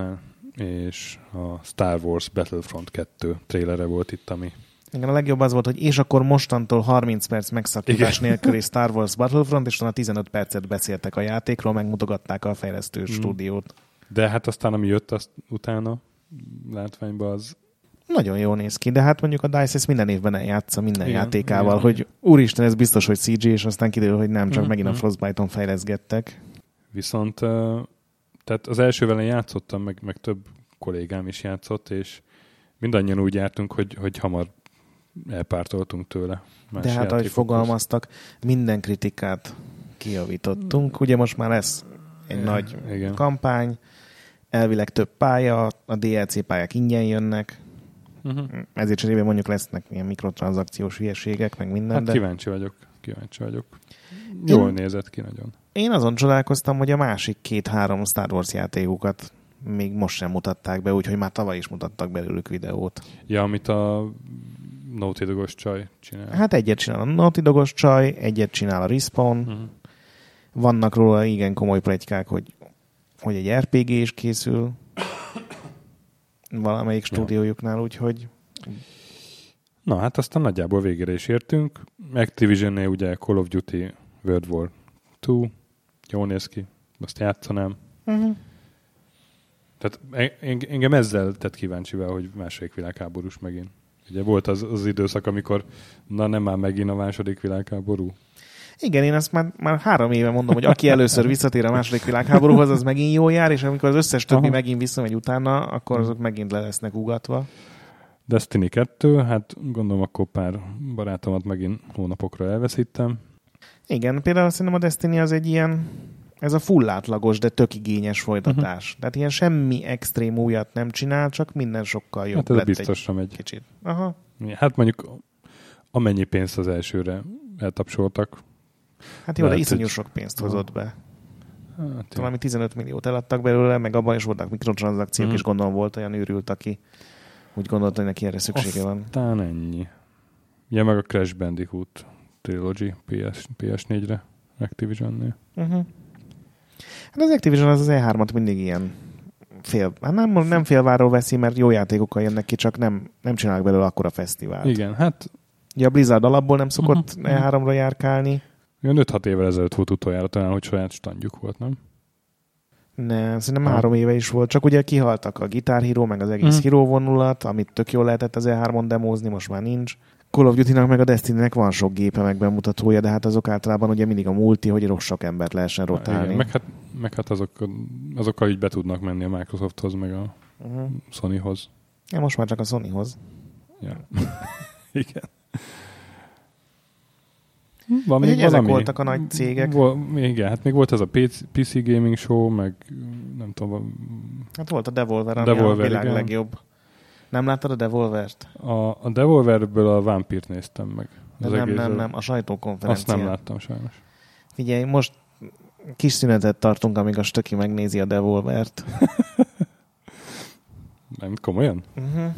és a Star Wars Battlefront kettő trailere volt itt, ami... Igen, a legjobb az volt, hogy és akkor mostantól harminc perc megszakítás nélküli Star Wars Battlefront, és utána tizenöt percet beszéltek a játékról, megmutogatták a fejlesztő mm. stúdiót. De hát aztán, ami jött azt utána látványba, az... Nagyon jól néz ki, de hát mondjuk a DICE ezt minden évben eljátsza minden igen, játékával, igen, hogy úristen, ez biztos, hogy cé gé, és aztán kiderül, hogy nem, csak mm-hmm. megint a Frostbite-on fejleszgettek. Viszont tehát az elsővel én játszottam, meg, meg több kollégám is játszott, és mindannyian úgy jártunk, hogy, hogy hamar elpártoltunk tőle. De hát, ahogy fogalmaztak, minden kritikát kijavítottunk. Ugye most már lesz egy igen, nagy igen. kampány, elvileg több pálya, a dé el cé pályák ingyen jönnek, uh-huh. ezért cserében mondjuk lesznek ilyen mikrotranszakciós hülyeségek, meg minden. Hát de... kíváncsi vagyok, kíváncsi vagyok. Jól én, nézett ki nagyon. Én azon csodálkoztam, hogy a másik két-három Star Wars játékokat még most sem mutatták be, úgyhogy már tavaly is mutattak belőlük videót. Ja, amit a Naughty Dogos csaj csinál. Hát egyet csinál a Naughty Dogos csaj, egyet csinál a Respawn. Uh-huh. Vannak róla igen komoly pletykák, hogy, hogy egy er pé gé is készül valamelyik stúdiójuknál, úgyhogy... Na, hát aztán nagyjából végére is értünk. Activision-nél ugye Call of Duty World War kettő, jól néz ki, azt játszanám. Uh-huh. Tehát engem ezzel tett kíváncsival, hogy második világháborús megint. Ugye volt az, az időszak, amikor na nem már megint a második világháború. Igen, én azt már, már három éve mondom, hogy aki először visszatér a második világháborúhoz, az megint jól jár, és amikor az összes többi Aha. megint visszamegy utána, akkor azok megint le lesznek ugatva. Destiny kettő, hát gondolom akkor pár barátomat megint hónapokra elveszítem. Igen, például szerintem a Destiny az egy ilyen, ez a full átlagos, de tök igényes folytatás. Uh-huh. Tehát ilyen semmi extrém újat nem csinál, csak minden sokkal jobb hát ez lett biztosra megy. Kicsit. Aha. Hát mondjuk amennyi pénzt az elsőre eltapsoltak. Hát jó, de iszonyú sok pénzt hozott be. Hát, valami tizenöt milliót eladtak belőle, meg abban is voltak mikrotranszakciók, uh-huh. és gondolom volt olyan őrült, aki úgy gondolta, hogy neki erre szüksége van. Aztán ennyi. Ja, meg a Crash Bandicoot Trilogy pé es, pé es négyre Activision-nél. Uh-huh. Hát az Activision az az E hármat mindig ilyen fél, hát nem, nem félváról veszi, mert jó játékokkal jönnek ki, csak nem, nem csinálnak belőle akkora fesztivált. Igen, hát... Ja, a Blizzard alapból nem szokott uh-huh. E háromra járkálni. Olyan öt-hat évvel ezelőtt volt utoljára, talán, hogy saját standjuk volt, nem? Nem, szerintem ah. három éve is volt, csak ugye kihaltak a Guitar Hero, meg az egész uh-huh. Hero vonulat, amit tök jól lehetett az E hármon demózni, most már nincs. Call of Duty-nak meg a Destiny-nek van sok gépe meg bemutatója, de hát azok általában ugye mindig a multi, hogy rossz sok embert lehessen rotálni. Igen, meg hát, meg hát azok, azokkal így be tudnak menni a Microsofthoz, meg a uh-huh. Sonyhoz. Ja, most már csak a Sonyhoz. Ja. Igen. Van még ezek valami? Voltak a nagy cégek. Vol, igen, hát még volt ez a pé cé Gaming Show, meg nem tudom. Hát volt a Devolver, ami Devolver, a világ igen. legjobb. Nem láttad a Devolvert? A, a Devolverből a Vampírt néztem meg. De nem, nem, nem, a sajtókonferencián. Azt nem láttam sajnos. Figyelj, most kis szünetet tartunk, amíg a Stöki megnézi a Devolvert. Nem, komolyan? Uh-huh.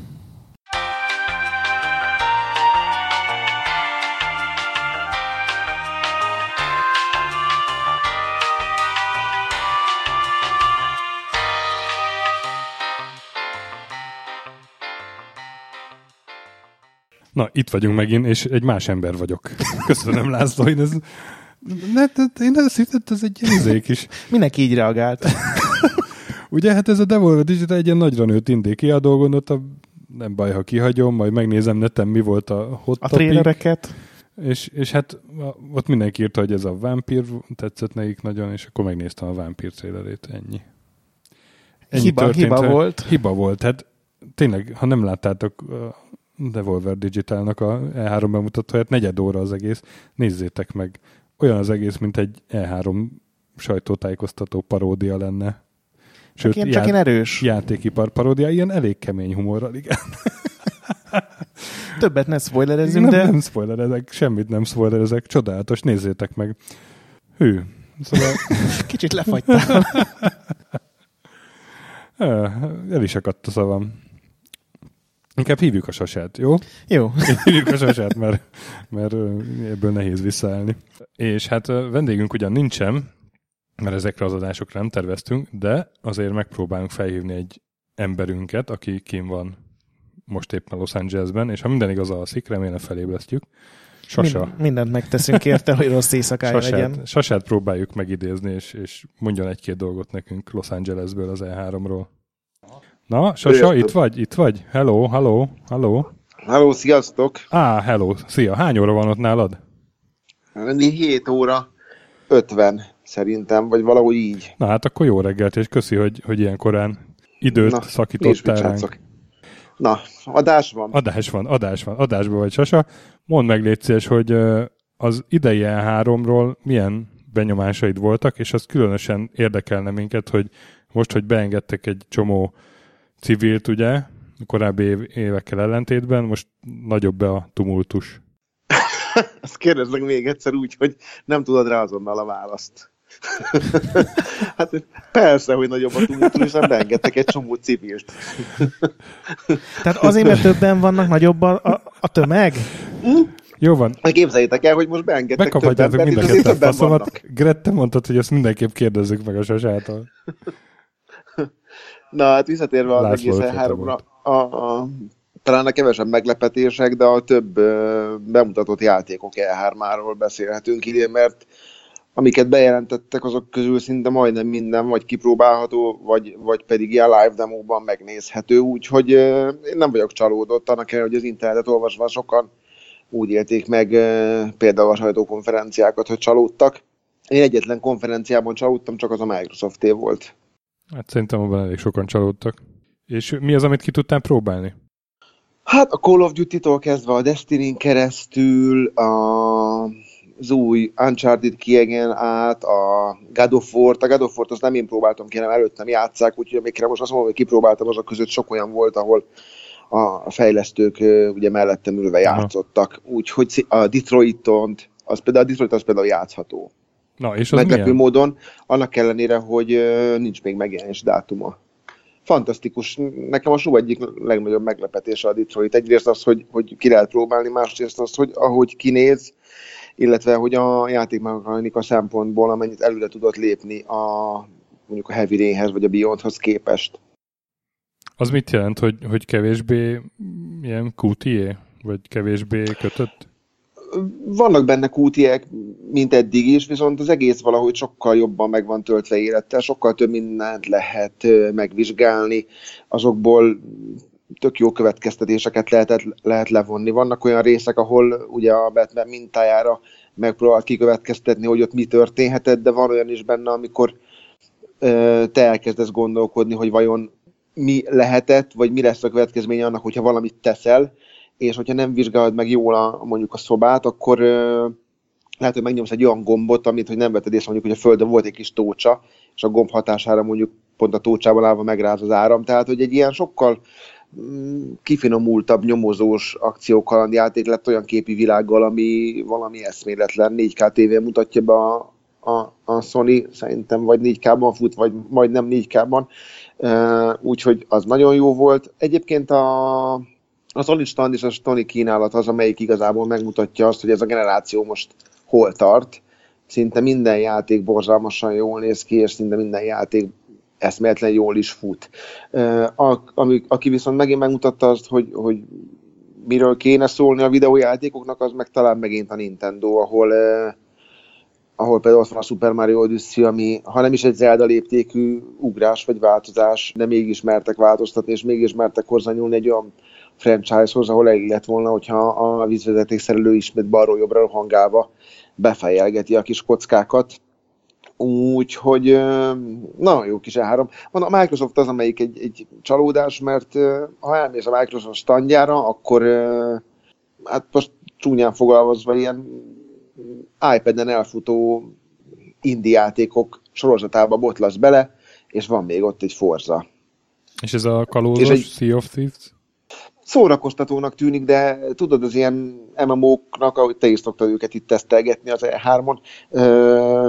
Na, itt vagyunk megint, és egy más ember vagyok. Köszönöm, László, én ez... Ne, én ezt hittem, ez egy izék is. Mindenki így reagált. Ugye, hát ez a Devolver Digital egy ilyen nagyra nőtt indie kiadó, gondoltam, nem baj, ha kihagyom, majd megnézem neten, mi volt a hot a trélereket. És, és hát ott mindenki írta, hogy ez a Vampír tetszett nekik nagyon, és akkor megnéztem a Vampír trélerét, ennyi. ennyi hiba, hiba volt. Hiba volt, hát tényleg, ha nem láttátok Devolver Digitalnak a E három bemutatóját, negyed óra az egész, nézzétek meg. Olyan az egész, mint egy E három sajtótájékoztató paródia lenne. Sőt, csak, ilyen, csak ilyen erős. Játékipar paródia, ilyen elég kemény humorral, igen. Többet ne spoilerezzünk, nem, de... Nem spoilerezek, semmit nem spoilerezek, csodálatos, nézzétek meg. Hű. Szóval... Kicsit lefagytál. El is akadt a szavam. Inkább hívjuk a Sasát, jó? Jó. Hívjuk a Sasát, mert, mert ebből nehéz visszaállni. És hát vendégünk ugyan nincsen, mert ezekre az adásokra nem terveztünk, de azért megpróbálunk felhívni egy emberünket, aki kim van most éppen Los Angelesben, és ha minden igaz alszik, remélem felébresztjük. Sasa. Mind, mindent megteszünk érte, hogy rossz éjszakája Sasát, legyen. Sasát próbáljuk megidézni, és, és mondjon egy-két dolgot nekünk Los Angelesből, az E háromról. Na, Sasa, itt vagy? Itt vagy? Hello, hello, hello. Hello, sziasztok! Á, hello, szia. Hány óra van ott nálad? hét óra ötven szerintem, vagy valahogy így. Na hát akkor jó reggelt, és köszi, hogy, hogy ilyen korán időt Na, szakítottál ránk. Na, adás van. Adás van, adás van, adásban vagy, Sasa. Mondd meg, légy szíves, hogy az idei E háromról milyen benyomásaid voltak, és az különösen érdekelne minket, hogy most, hogy beengedtek egy csomó civilt, ugye, a korábbi év, évekkel ellentétben, most nagyobb be a tumultus. Ezt kérdezlek még egyszer úgy, hogy nem tudod rá azonnal a választ. Hát persze, hogy nagyobb a tumultus, és nem beengedtek egy csomó civilt. Tehát azért, mert többen vannak, nagyobb a, a, a tömeg? Hm? Jó van. Képzeljétek el, hogy most beengedtek több embert, mind a és azért ketten többen faszomat. vannak. Gret, te mondtad, hogy ezt mindenképp kérdezzük meg a Sasától. Na, hát visszatérve az László egész E háromra, a, a, talán a kevesebb meglepetések, de a több ö, bemutatott játékok E háromról beszélhetünk idén, mert amiket bejelentettek, azok közül szinte majdnem minden vagy kipróbálható, vagy, vagy pedig ilyen live demóban megnézhető, úgyhogy ö, én nem vagyok csalódott, annak ellenére, hogy az internetet olvasva sokan úgy élték meg ö, például a sajtókonferenciákat, hogy csalódtak. Én egyetlen konferenciában csalódtam, csak az a Microsofté volt. Hát szerintem abban elég sokan csalódtak. És mi az, amit ki tudtál próbálni? Hát a Call of Duty-tól kezdve a Destiny-n keresztül, a, az új Uncharted kiegen át, a God of War-t. A God of War-t azt nem én próbáltam ki, hanem előttem játsszák, úgyhogy amikre most azt mondom, hogy kipróbáltam, azok között sok olyan volt, ahol a fejlesztők ugye mellettem ülve játszottak. Úgyhogy a Detroit-on, az például a Detroit az például játszható. Na, és az meglepő milyen? módon, annak ellenére, hogy nincs még megjelenés dátuma. Fantasztikus. Nekem a show egyik legnagyobb meglepetése a Detroit. Egyrészt az, hogy, hogy ki lehet próbálni, másrészt az, hogy ahogy kinéz, illetve hogy a játékmechanika szempontból amennyit előre tudott lépni a, mondjuk a Heavy Rainhez vagy a Beyondhoz képest. Az mit jelent, hogy, hogy kevésbé ilyen kú té á? Vagy kevésbé kötött? Vannak benne kú té á-k, mint eddig is, viszont az egész valahogy sokkal jobban meg van töltve élettel, sokkal több mindent lehet megvizsgálni, azokból tök jó következtetéseket lehet, lehet levonni. Vannak olyan részek, ahol ugye a Batman mintájára megpróbált kikövetkeztetni, hogy ott mi történhetett, de van olyan is benne, amikor ö, te elkezdesz gondolkodni, hogy vajon mi lehetett, vagy mi lesz a következménye annak, hogyha valamit teszel, és hogyha nem vizsgálod meg jól a, mondjuk a szobát, akkor ö, lehet, hogy megnyomsz egy olyan gombot, amit hogy nem vetted észre, mondjuk, hogy a földön volt egy kis tócsa, és a gomb hatására mondjuk pont a tócsában állva megráz az áram. Tehát, hogy egy ilyen sokkal mm, kifinomultabb, nyomozós akciókalandjáték lett olyan képi világgal, ami valami eszméletlen. négy ká tévén mutatja be a, a, a Sony, szerintem vagy négy ká-ban fut, vagy majdnem négy ká-ban. Uh, úgyhogy az nagyon jó volt. Egyébként a Az Solid Stand és a Sony kínálat az, amelyik igazából megmutatja azt, hogy ez a generáció most hol tart. Szinte minden játék borzalmasan jól néz ki, és szinte minden játék eszméletlen jól is fut. A, ami, aki viszont megint megmutatta azt, hogy, hogy miről kéne szólni a videójátékoknak, az meg talán megint a Nintendo, ahol, eh, ahol például ott van a Super Mario Odyssey, ami ha nem is egy Zelda léptékű ugrás vagy változás, de mégis mertek változtatni, és mégis mertek hozzányúlni egy olyan franchise-hoz, ahol elég lett volna, hogyha a vízvezetékszerelő ismét balról jobbra rohangálva befejelgeti a kis kockákat. Úgyhogy nagyon jó kis E három. A Microsoft az, amelyik egy, egy csalódás, mert ha elmész a Microsoft standjára, akkor hát most csúnyán fogalmazva ilyen iPad-en elfutó indie játékok sorozatába botlasz bele, és van még ott egy Forza. És ez a kalózos egy... Sea of Thieves? Szórakoztatónak tűnik, de tudod, az ilyen em em ó-knak, ahogy te is szoktad őket itt tesztelgetni az E hármon, ö,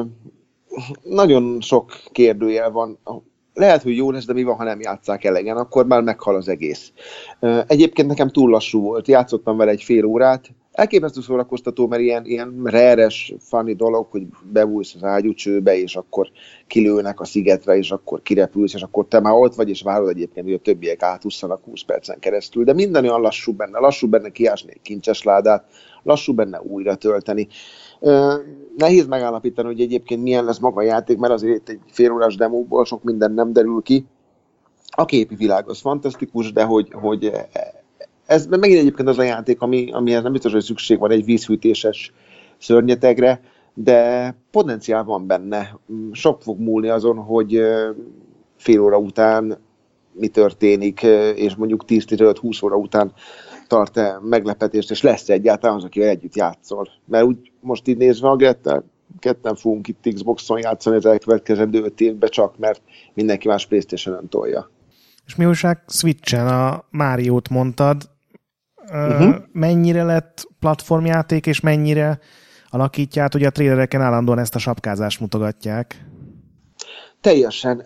nagyon sok kérdőjel van. Lehet, hogy jó lesz, de mi van, ha nem játsszák elegen, akkor már meghal az egész. Ö, egyébként nekem túl lassú volt. Játszottam vele egy fél órát, elképesztő szórakoztató, mert ilyen, ilyen rare-es, funny dolog, hogy bebújsz az ágyúcsőbe, és akkor kilőnek a szigetre, és akkor kirepülsz, és akkor te már ott vagy, és várod egyébként, hogy a többiek átúszanak húsz percen keresztül. De minden olyan lassú benne. Lassú benne kiásni egy kincses ládát, lassú benne újra tölteni. Nehéz megállapítani, hogy egyébként milyen lesz maga a játék, mert azért egy fél órás demóból sok minden nem derül ki. A képi világ az fantasztikus, de hogy, hogy ez megint egyébként az a játék, ami, amihez nem biztos, hogy szükség van egy vízhűtéses szörnyetegre, de potenciál van benne. Sok fog múlni azon, hogy fél óra után mi történik, és mondjuk tíz-tizenöt-húsz óra után tart-e meglepetést, és lesz egyáltalán az, akivel együtt játszol. Mert úgy most így nézve a Grettel, ketten fogunk itt Xboxon játszani az elkövetkezendő öt évben csak, mert mindenki más PlayStation-ön tolja. És mi újság Switchen a Máriót mondtad, uh-huh. mennyire lett platformjáték, és mennyire alakítja át, ugye a trailereken állandóan ezt a sapkázást mutogatják? Teljesen.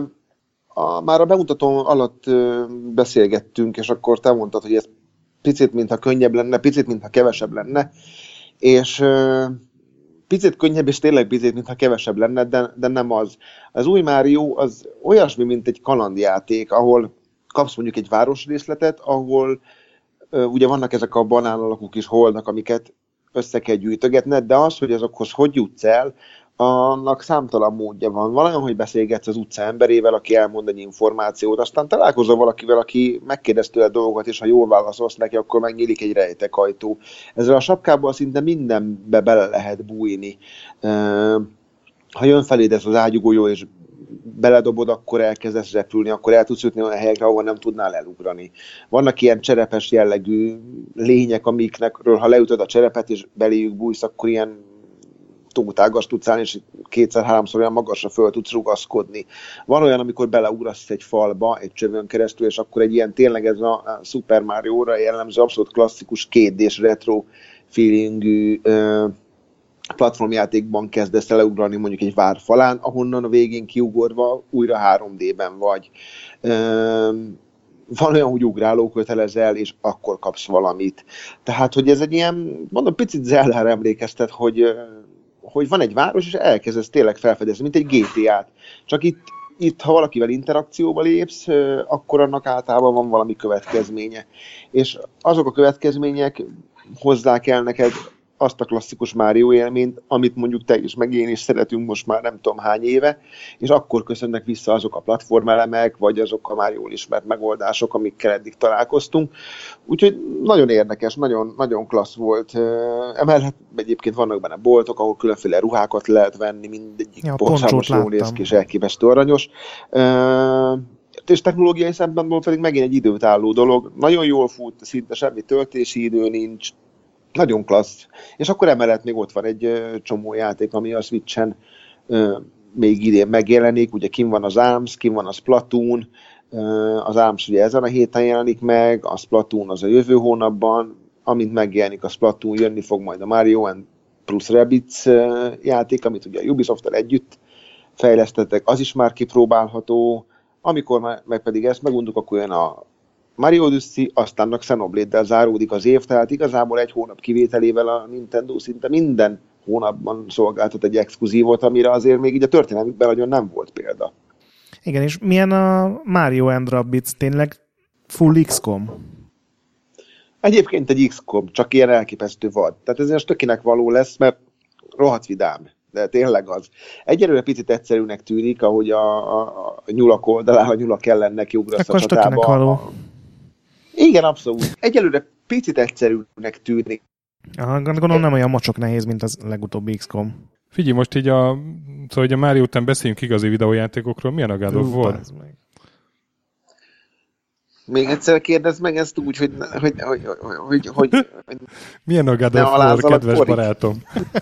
A, már a bemutató alatt beszélgettünk, és akkor te mondtad, hogy ez picit, mintha könnyebb lenne, picit, mintha kevesebb lenne, és picit könnyebb, és tényleg picit, mintha kevesebb lenne, de, de nem az. Az új Mario az olyasmi, mint egy kalandjáték, ahol kapsz mondjuk egy városrészletet, ahol uh, ugye vannak ezek a banán alakú kis holdnak, amiket össze kell gyűjtögetned, de az, hogy azokhoz hogy jutsz el, annak számtalan módja van. Valami, hogy beszélgetsz az utca emberével, aki elmond egy információt, aztán találkozol valakivel, aki megkérdez tőle dolgokat, és ha jól válaszolsz neki, akkor megnyílik egy rejtekajtó. Ezzel a sapkából szinte mindenbe bele lehet bújni. Ha jön feléd ez az ágyugójó, és beledobod, akkor elkezdesz repülni, akkor el tudsz jutni olyan helyekre, ahol nem tudnál elugrani. Vannak ilyen cserepes jellegű lények, amikről, ha leütöd a cserepet, és beléjük bújsz, akkor ilyen tótágas tudsz állni, és kétszer-háromszor olyan magasra föl tudsz rugaszkodni. Van olyan, amikor beleugrasz egy falba, egy csövön keresztül, és akkor egy ilyen tényleg ez a Super Mario-ra jellemző, abszolút klasszikus kétdés retro feelingű ö, platformjátékban kezdesz el leugrani mondjuk egy vár falán, ahonnan a végén kiugorva újra három dében vagy. Ö, van olyan, hogy ugráló kötelezel, és akkor kapsz valamit. Tehát, hogy ez egy ilyen, mondom, picit Zeldára emlékeztet, hogy hogy van egy város, és elkezdesz tényleg felfedezni, mint egy gé té á-t. Csak itt, itt, ha valakivel interakcióba lépsz, akkor annak általában van valami következménye. És azok a következmények hozzák el neked azt a klasszikus Mario élményt, amit mondjuk te is, meg én is szeretünk most már nem tudom hány éve, és akkor köszönnek vissza azok a platformelemek, vagy azok a már jól ismert megoldások, amikkel eddig találkoztunk. Úgyhogy nagyon érdekes, nagyon, nagyon klassz volt. Emellett egyébként vannak benne boltok, ahol különféle ruhákat lehet venni, mindegyik ja, borzalmas jól néz ki, és elképesztő aranyos. És technológiai szempontból pedig megint egy időtálló dolog. Nagyon jól fut, szinte semmi töltési idő nincs, nagyon klassz. És akkor emellett még ott van egy ö, csomó játék, ami a Switchen ö, még idén megjelenik. Ugye kim van az Arms, kim van a Splatoon. Ö, az Arms ugye ezen a héten jelenik meg, a Splatoon az a jövő hónapban. Amint megjelenik a Splatoon, jönni fog majd a Mario and plus Rabbids ö, játék, amit ugye a Ubisoft-tal együtt fejlesztettek. Az is már kipróbálható. Amikor már, meg pedig ezt megunduk, akkor jön a Mario Odyssey, aztán a Xenoblade-del záródik az év, tehát igazából egy hónap kivételével a Nintendo szinte minden hónapban szolgáltat egy exkluzívot, amire azért még így a történelmükben nagyon nem volt példa. Igen, és milyen a Mario and Rabbids? Tényleg full iksz kom? Egyébként egy iksz kom, csak ilyen elképesztő vad. Tehát ez tökének való lesz, mert rohadt vidám. De tényleg az. Egyelőre picit egyszerűnek tűnik, ahogy a, a, a nyulak oldalán, a nyulak ellen nekiugrasz a csatába. Való. Igen, abszolút. Egyelőre picit egyszerűnek tűnik. Aha, gondolom nem olyan mocsok nehéz, mint az legutóbbi iksz kom. Figyelj, most így a, szóval, hogy a Mario után beszéljünk igazi videójátékokról, milyen a God of War? Még egyszer kérdezd meg ezt úgy, hogy, hogy, hogy, hogy, hogy, hogy milyen a God of War, kedves porik. Barátom?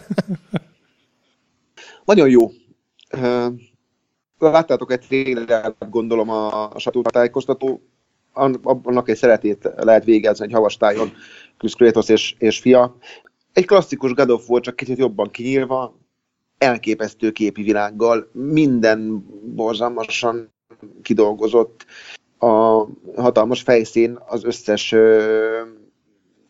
Nagyon jó. Láttátok egy trélert, gondolom a, a sajtótájékoztató, annak egy szeretét lehet végezni egy havastájon, küzd Kratos és, és fia. Egy klasszikus God of War, csak kicsit jobban kinyírva, elképesztő képi világgal, minden borzalmasan kidolgozott, a hatalmas fejszín az összes ö,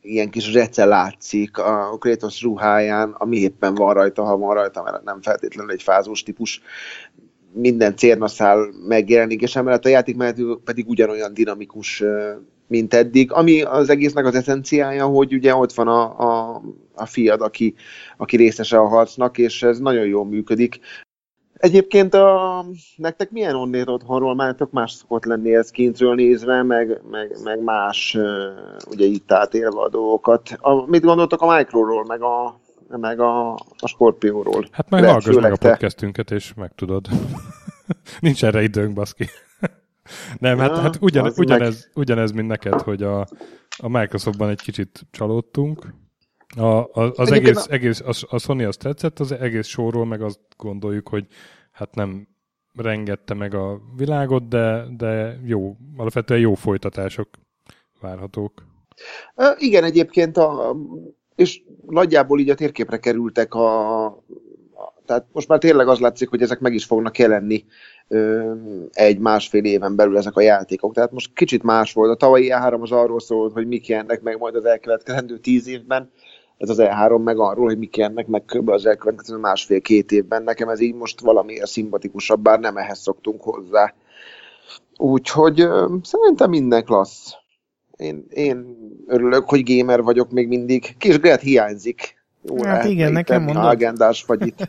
ilyen kis rece látszik a Kratos ruháján, ami éppen van rajta, ha van rajta, mert nem feltétlenül egy fázós típus. Minden cérnaszál megjelenik, és emellett a játékmenetű pedig ugyanolyan dinamikus, mint eddig. Ami az egésznek az eszenciája, hogy ugye ott van a, a, a fiad, aki, aki részese a harcnak, és ez nagyon jól működik. Egyébként a, nektek milyen onnét otthonról, már tök más szokott lenni ez kintről nézve, meg, meg, meg más, ugye itt átélve a dolgokat. A, mit gondoltok a Microról, meg a, meg a, a Scorpionról? Hát majd hallgass meg a podcastünket, és megtudod. Nincs erre időnk, baszki. Nem, hát, hát ugyan, ugyanez, ugyanez, mint neked, hogy a, a Microsoftban egy kicsit csalódtunk. A, a, az egész, egész a, a Sony azt tetszett, az egész showról meg azt gondoljuk, hogy hát nem rengette meg a világot, de, de jó, alapvetően jó folytatások várhatók. Uh, igen, egyébként, a, és nagyjából így a térképre kerültek a, a tehát most már tényleg az látszik, hogy ezek meg is fognak jelenni egy-másfél éven belül ezek a játékok. Tehát most kicsit más volt. A tavalyi E három az arról szólt, hogy mik jelennek meg majd az elkövetkezendő tíz évben. Ez az E három meg arról, hogy mik jelennek meg kb. Az elkövetkezendő másfél-két évben. Nekem ez így most valamiért szimpatikusabb, bár nem ehhez szoktunk hozzá. Úgyhogy szerintem minden klassz. Én, én örülök, hogy gamer vagyok még mindig. Kis Gret hiányzik. Jó, hát igen, nekem mondod. Agendás vagy itt.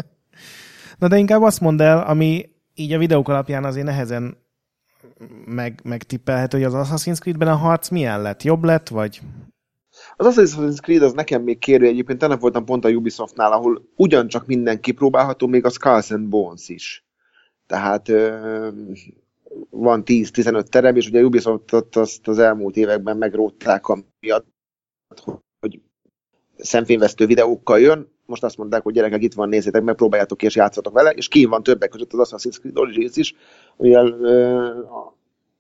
Na de inkább azt mondd el, ami így a videók alapján azért nehezen meg, megtippelhető, hogy az Assassin's Creed-ben a harc milyen lett? Jobb lett, vagy? Az Assassin's Creed az nekem még kérő, egyébként tegnap voltam pont a Ubisoftnál, ahol ugyancsak minden kipróbálható, még a Skulls and Bones is. Tehát ö, van tíz-tizenöt terem, és ugye a Ubisoftot azt az elmúlt években megrótták amiatt, hogy szemfényvesztő videókkal jön. Most azt mondták, hogy gyerekek, itt van, nézzétek meg, próbáljátok ki, és játszatok vele, és kín van többek között az Assassin's Creed Origins is, ugye a,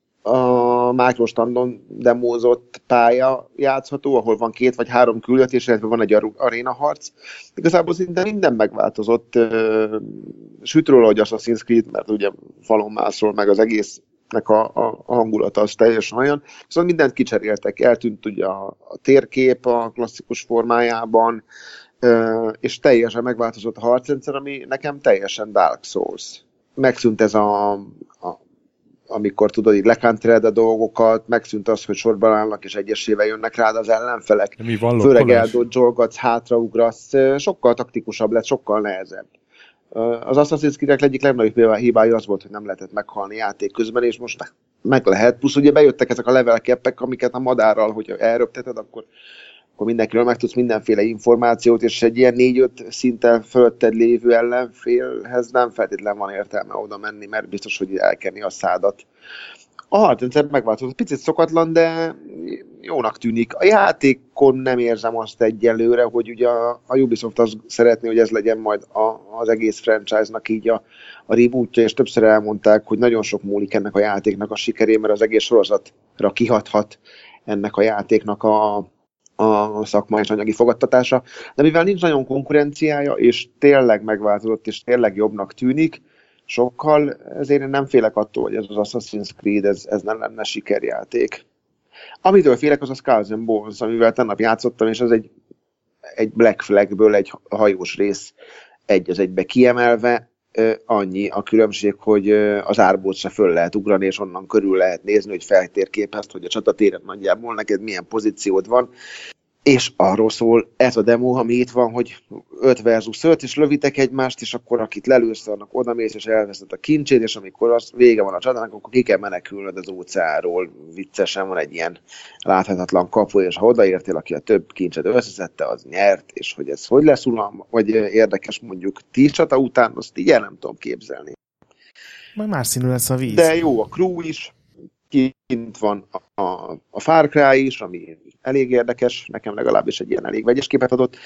a Microstandon demózott pálya játszható, ahol van két vagy három küldetés, illetve van egy aréna harc. Igazából szinte minden megváltozott, süt róla, hogy Assassin's Creed, mert ugye falon mászol meg az egésznek a, a, a hangulata az teljesen olyan, viszont mindent kicseréltek, eltűnt ugye a, a térkép a klasszikus formájában, Uh, és teljesen megváltozott a harcrendszer, ami nekem teljesen Dark Souls. Megszűnt ez a, a amikor tudod, így lekantred a dolgokat, megszűnt az, hogy sorban állnak, és egyesével jönnek rád az ellenfelek. Mi van, főleg eldodzsolgatsz, hátraugrasz, sokkal taktikusabb lett, sokkal nehezebb. Uh, az Assassin's Creed egyik legnagyobb hibája az volt, hogy nem lehetett meghalni játék közben, és most meg lehet. Plusz ugye bejöttek ezek a level cap-ek, amiket a madárral, hogyha elröpteted, akkor akkor mindenkiről megtudsz mindenféle információt, és egy ilyen négy-öt szinten fölötted lévő ellenfélhez nem feltétlenül van értelme oda menni, mert biztos, hogy elkenni a szádat. A harcrendszer megváltozott. Picit szokatlan, de jónak tűnik. A játékon nem érzem azt egyelőre, hogy ugye a, a Ubisoft az szeretné, hogy ez legyen majd a, az egész franchise-nak így a, a rebootja, és többször elmondták, hogy nagyon sok múlik ennek a játéknak a sikerén, mert az egész sorozatra kihathat ennek a játéknak a a szakmai és anyagi fogadtatása, de mivel nincs nagyon konkurenciája, és tényleg megváltozott, és tényleg jobbnak tűnik, sokkal, ezért én nem félek attól, hogy ez az Assassin's Creed, ez, ez nem lenne sikerjáték. Amitől félek, az a Skulls and Bones, amivel tennap játszottam, és az egy, egy Black Flagből egy hajós rész egy az egybe kiemelve, annyi a különbség, hogy az árbót se föl lehet ugrani, és onnan körül lehet nézni, hogy feltérképezt, hogy a csatatéren nagyjából neked milyen pozíciód van. És arról szól ez a demo, ami itt van, hogy öt versus öt, és lövitek egymást, és akkor akit lelősz, annak odamész, és elveszed a kincsét, és amikor az vége van a csatának, akkor ki kell menekülnöd az óceánról. Viccesen van egy ilyen láthatatlan kapu, és ha odaértél, aki a több kincset összeszedte, az nyert, és hogy ez hogy lesz ulam, vagy érdekes mondjuk tíz csata után, azt így el nem tudom képzelni. Majd más színű lesz a víz. De jó a crew is, kint van a, a, a Far Cry is, ami elég érdekes, nekem legalábbis egy ilyen elég vegyes képet adott,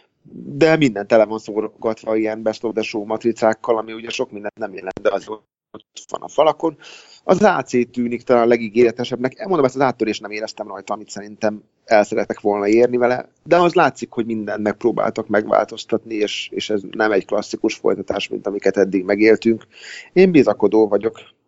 de minden tele van szórgatva ilyen best of the show matricákkal, ami ugye sok mindent nem jelent, de az ott van a falakon. Az á cé tűnik talán a legígéretesebbnek. Elmondom, ezt az áttörést nem éreztem rajta, amit szerintem el szeretek volna érni vele, de az látszik, hogy mindent megpróbáltak megváltoztatni, és, és ez nem egy klasszikus folytatás, mint amiket eddig megéltünk. Én bizakodó vagyok.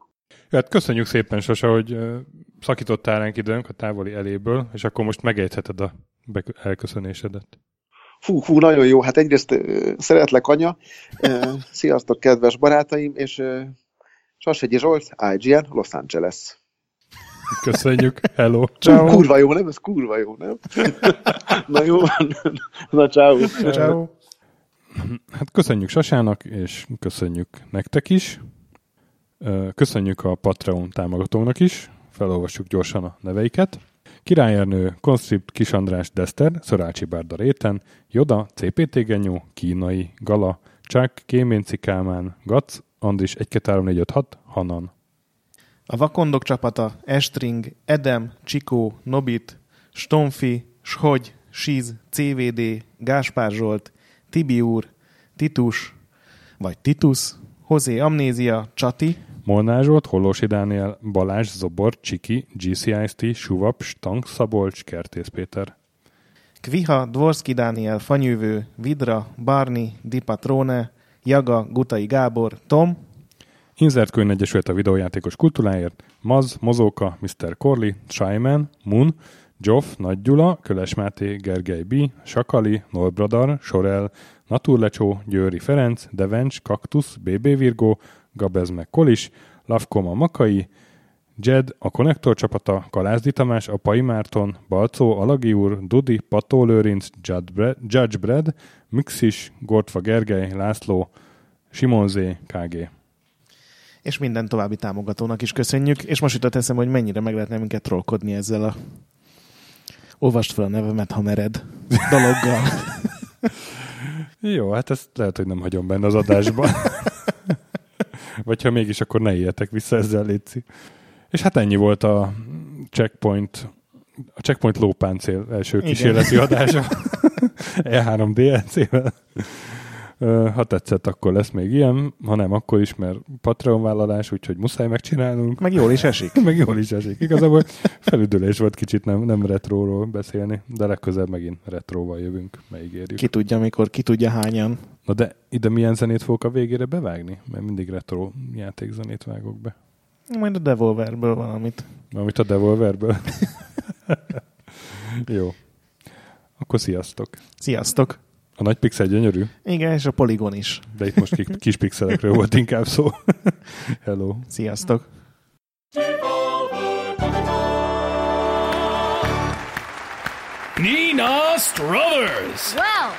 Hát köszönjük szépen, Sasa, hogy szakítottál ránk időnk a távoli eléből, és akkor most megejtheted a elköszönésedet. Fú, fú, nagyon jó. Hát egyrészt uh, szeretlek, anya. Uh, sziasztok, kedves barátaim, és uh, Sashegyi Zsolt, I G N, Los Angeles. Köszönjük, hello. Ciao. Kurva jó, nem? Ez kurva jó, nem? Na jó van. Na, ciao. Ciao. Hát köszönjük Sasának, és köszönjük nektek is. Köszönjük a Patreon támogatónak is. Felolvassuk gyorsan a neveiket. Király Ernő, Constript, Kis András, Deszter, Szorácsi Bárda Réten, Joda, cé pé té Genyó, Kínai, Gala, Csák, Kéménci Kálmán, Gac, Andris egy kettő három négy öt hat, Hanan. A Vakondok csapata, Estring, Edem, Csikó, Nobit, Stonfi, Shogy, Siz, cé vé dé, Gáspár Zsolt, Tibiúr, Titus, vagy Titus, Hozé Amnézia, Csati, Molnár Zsolt, Hollósi Dániel, Balázs, Zobor, Csiki, gé cé i es té, Suvap, Stank, Szabolcs, Kertész Péter. Kviha, Dvorszki Dániel, Fanyűvő, Vidra, Barni, Di Patrone, Jaga, Gutai Gábor, Tom, Inzert Könyv Egyesület a videójátékos kultúráért, Maz, Mozóka, miszter Corley, Shyman, Moon, Joff, Nagy Gyula, Köles Máté, Gergely B, Sakali, Norbradar, Sorel, Naturlecsó, Győri Ferenc, Devencs, Kaktusz, bé bé Virgó, Gabez meg Kolis, Lavkoma Makai, Jed, a Konnektor csapata, Kalázdi Tamás, Apai Márton, Balcó, Alagi úr, Dudi, Pató Lőrinc, Judge Brad, Mixis, Gortfa Gergely, László, Simonzé, ká gé. És minden további támogatónak is köszönjük, és most jutott eszem, hogy mennyire meg lehetne minket trollkodni ezzel a olvast fel a nevemet, ha mered dologgal. Jó, hát ezt lehet, hogy nem hagyom benne az adásban. Vagy ha mégis, akkor ne éljetek vissza ezzel, létszik. És hát ennyi volt a Checkpoint, a Checkpoint lópáncél első Igen. kísérleti adása E három dé el cé-vel. Ha tetszett, akkor lesz még ilyen, ha nem, akkor is, mert Patreon vállalás, úgyhogy muszáj megcsinálnunk. Meg jól is esik. Meg jól is esik. Igazából felüdülés volt kicsit nem, nem retróról beszélni, de legközelebb megint retróval jövünk, megígérjük. Ki tudja, mikor, ki tudja hányan. Na de ide milyen zenét fogok a végére bevágni? Mert mindig retro játékzenét vágok be. Majd a Devolverből valamit. Valamit a Devolverből. Jó. Akkor sziasztok. Sziasztok. A nagy pixel gyönyörű. Igen, és a Polygon is. De itt most kis pixelekről volt inkább szó. Hello. Sziasztok. Nina Struthers! Well,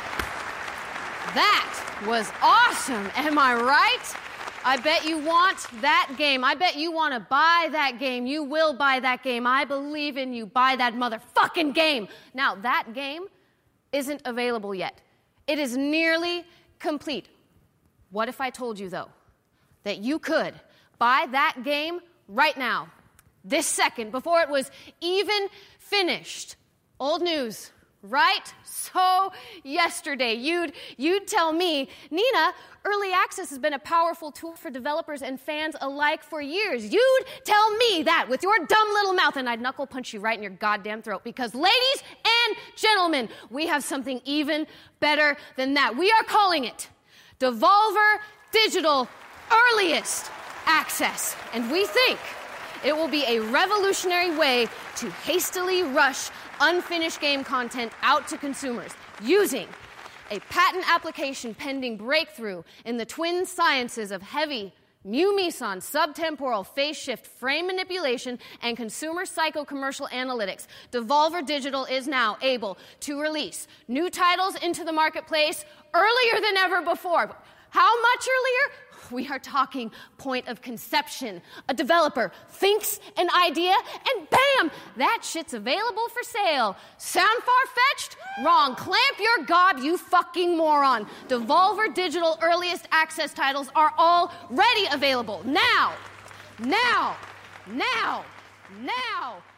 that was awesome, am I right? I bet you want that game. I bet you want to buy that game. You will buy that game. I believe in you. Buy that motherfucking game. Now, that game isn't available yet. It is nearly complete. What if I told you, though, that you could buy that game right now, this second, before it was even finished? Old news, right? So yesterday, you'd, you'd tell me, Nina, early access has been a powerful tool for developers and fans alike for years. You'd tell me that with your dumb little mouth, and I'd knuckle punch you right in your goddamn throat. Because ladies and gentlemen, we have something even better than that. We are calling it Devolver Digital Earliest Access. And we think it will be a revolutionary way to hastily rush unfinished game content out to consumers using a patent application pending breakthrough in the twin sciences of heavy mu-meson subtemporal phase shift frame manipulation and consumer psycho-commercial analytics. Devolver Digital is now able to release new titles into the marketplace earlier than ever before. How much earlier? We are talking point of conception. A developer thinks an idea, and bam, that shit's available for sale. Sound far-fetched? Wrong. Clamp your gob, you fucking moron. Devolver Digital earliest access titles are already available. Now, now, now, now.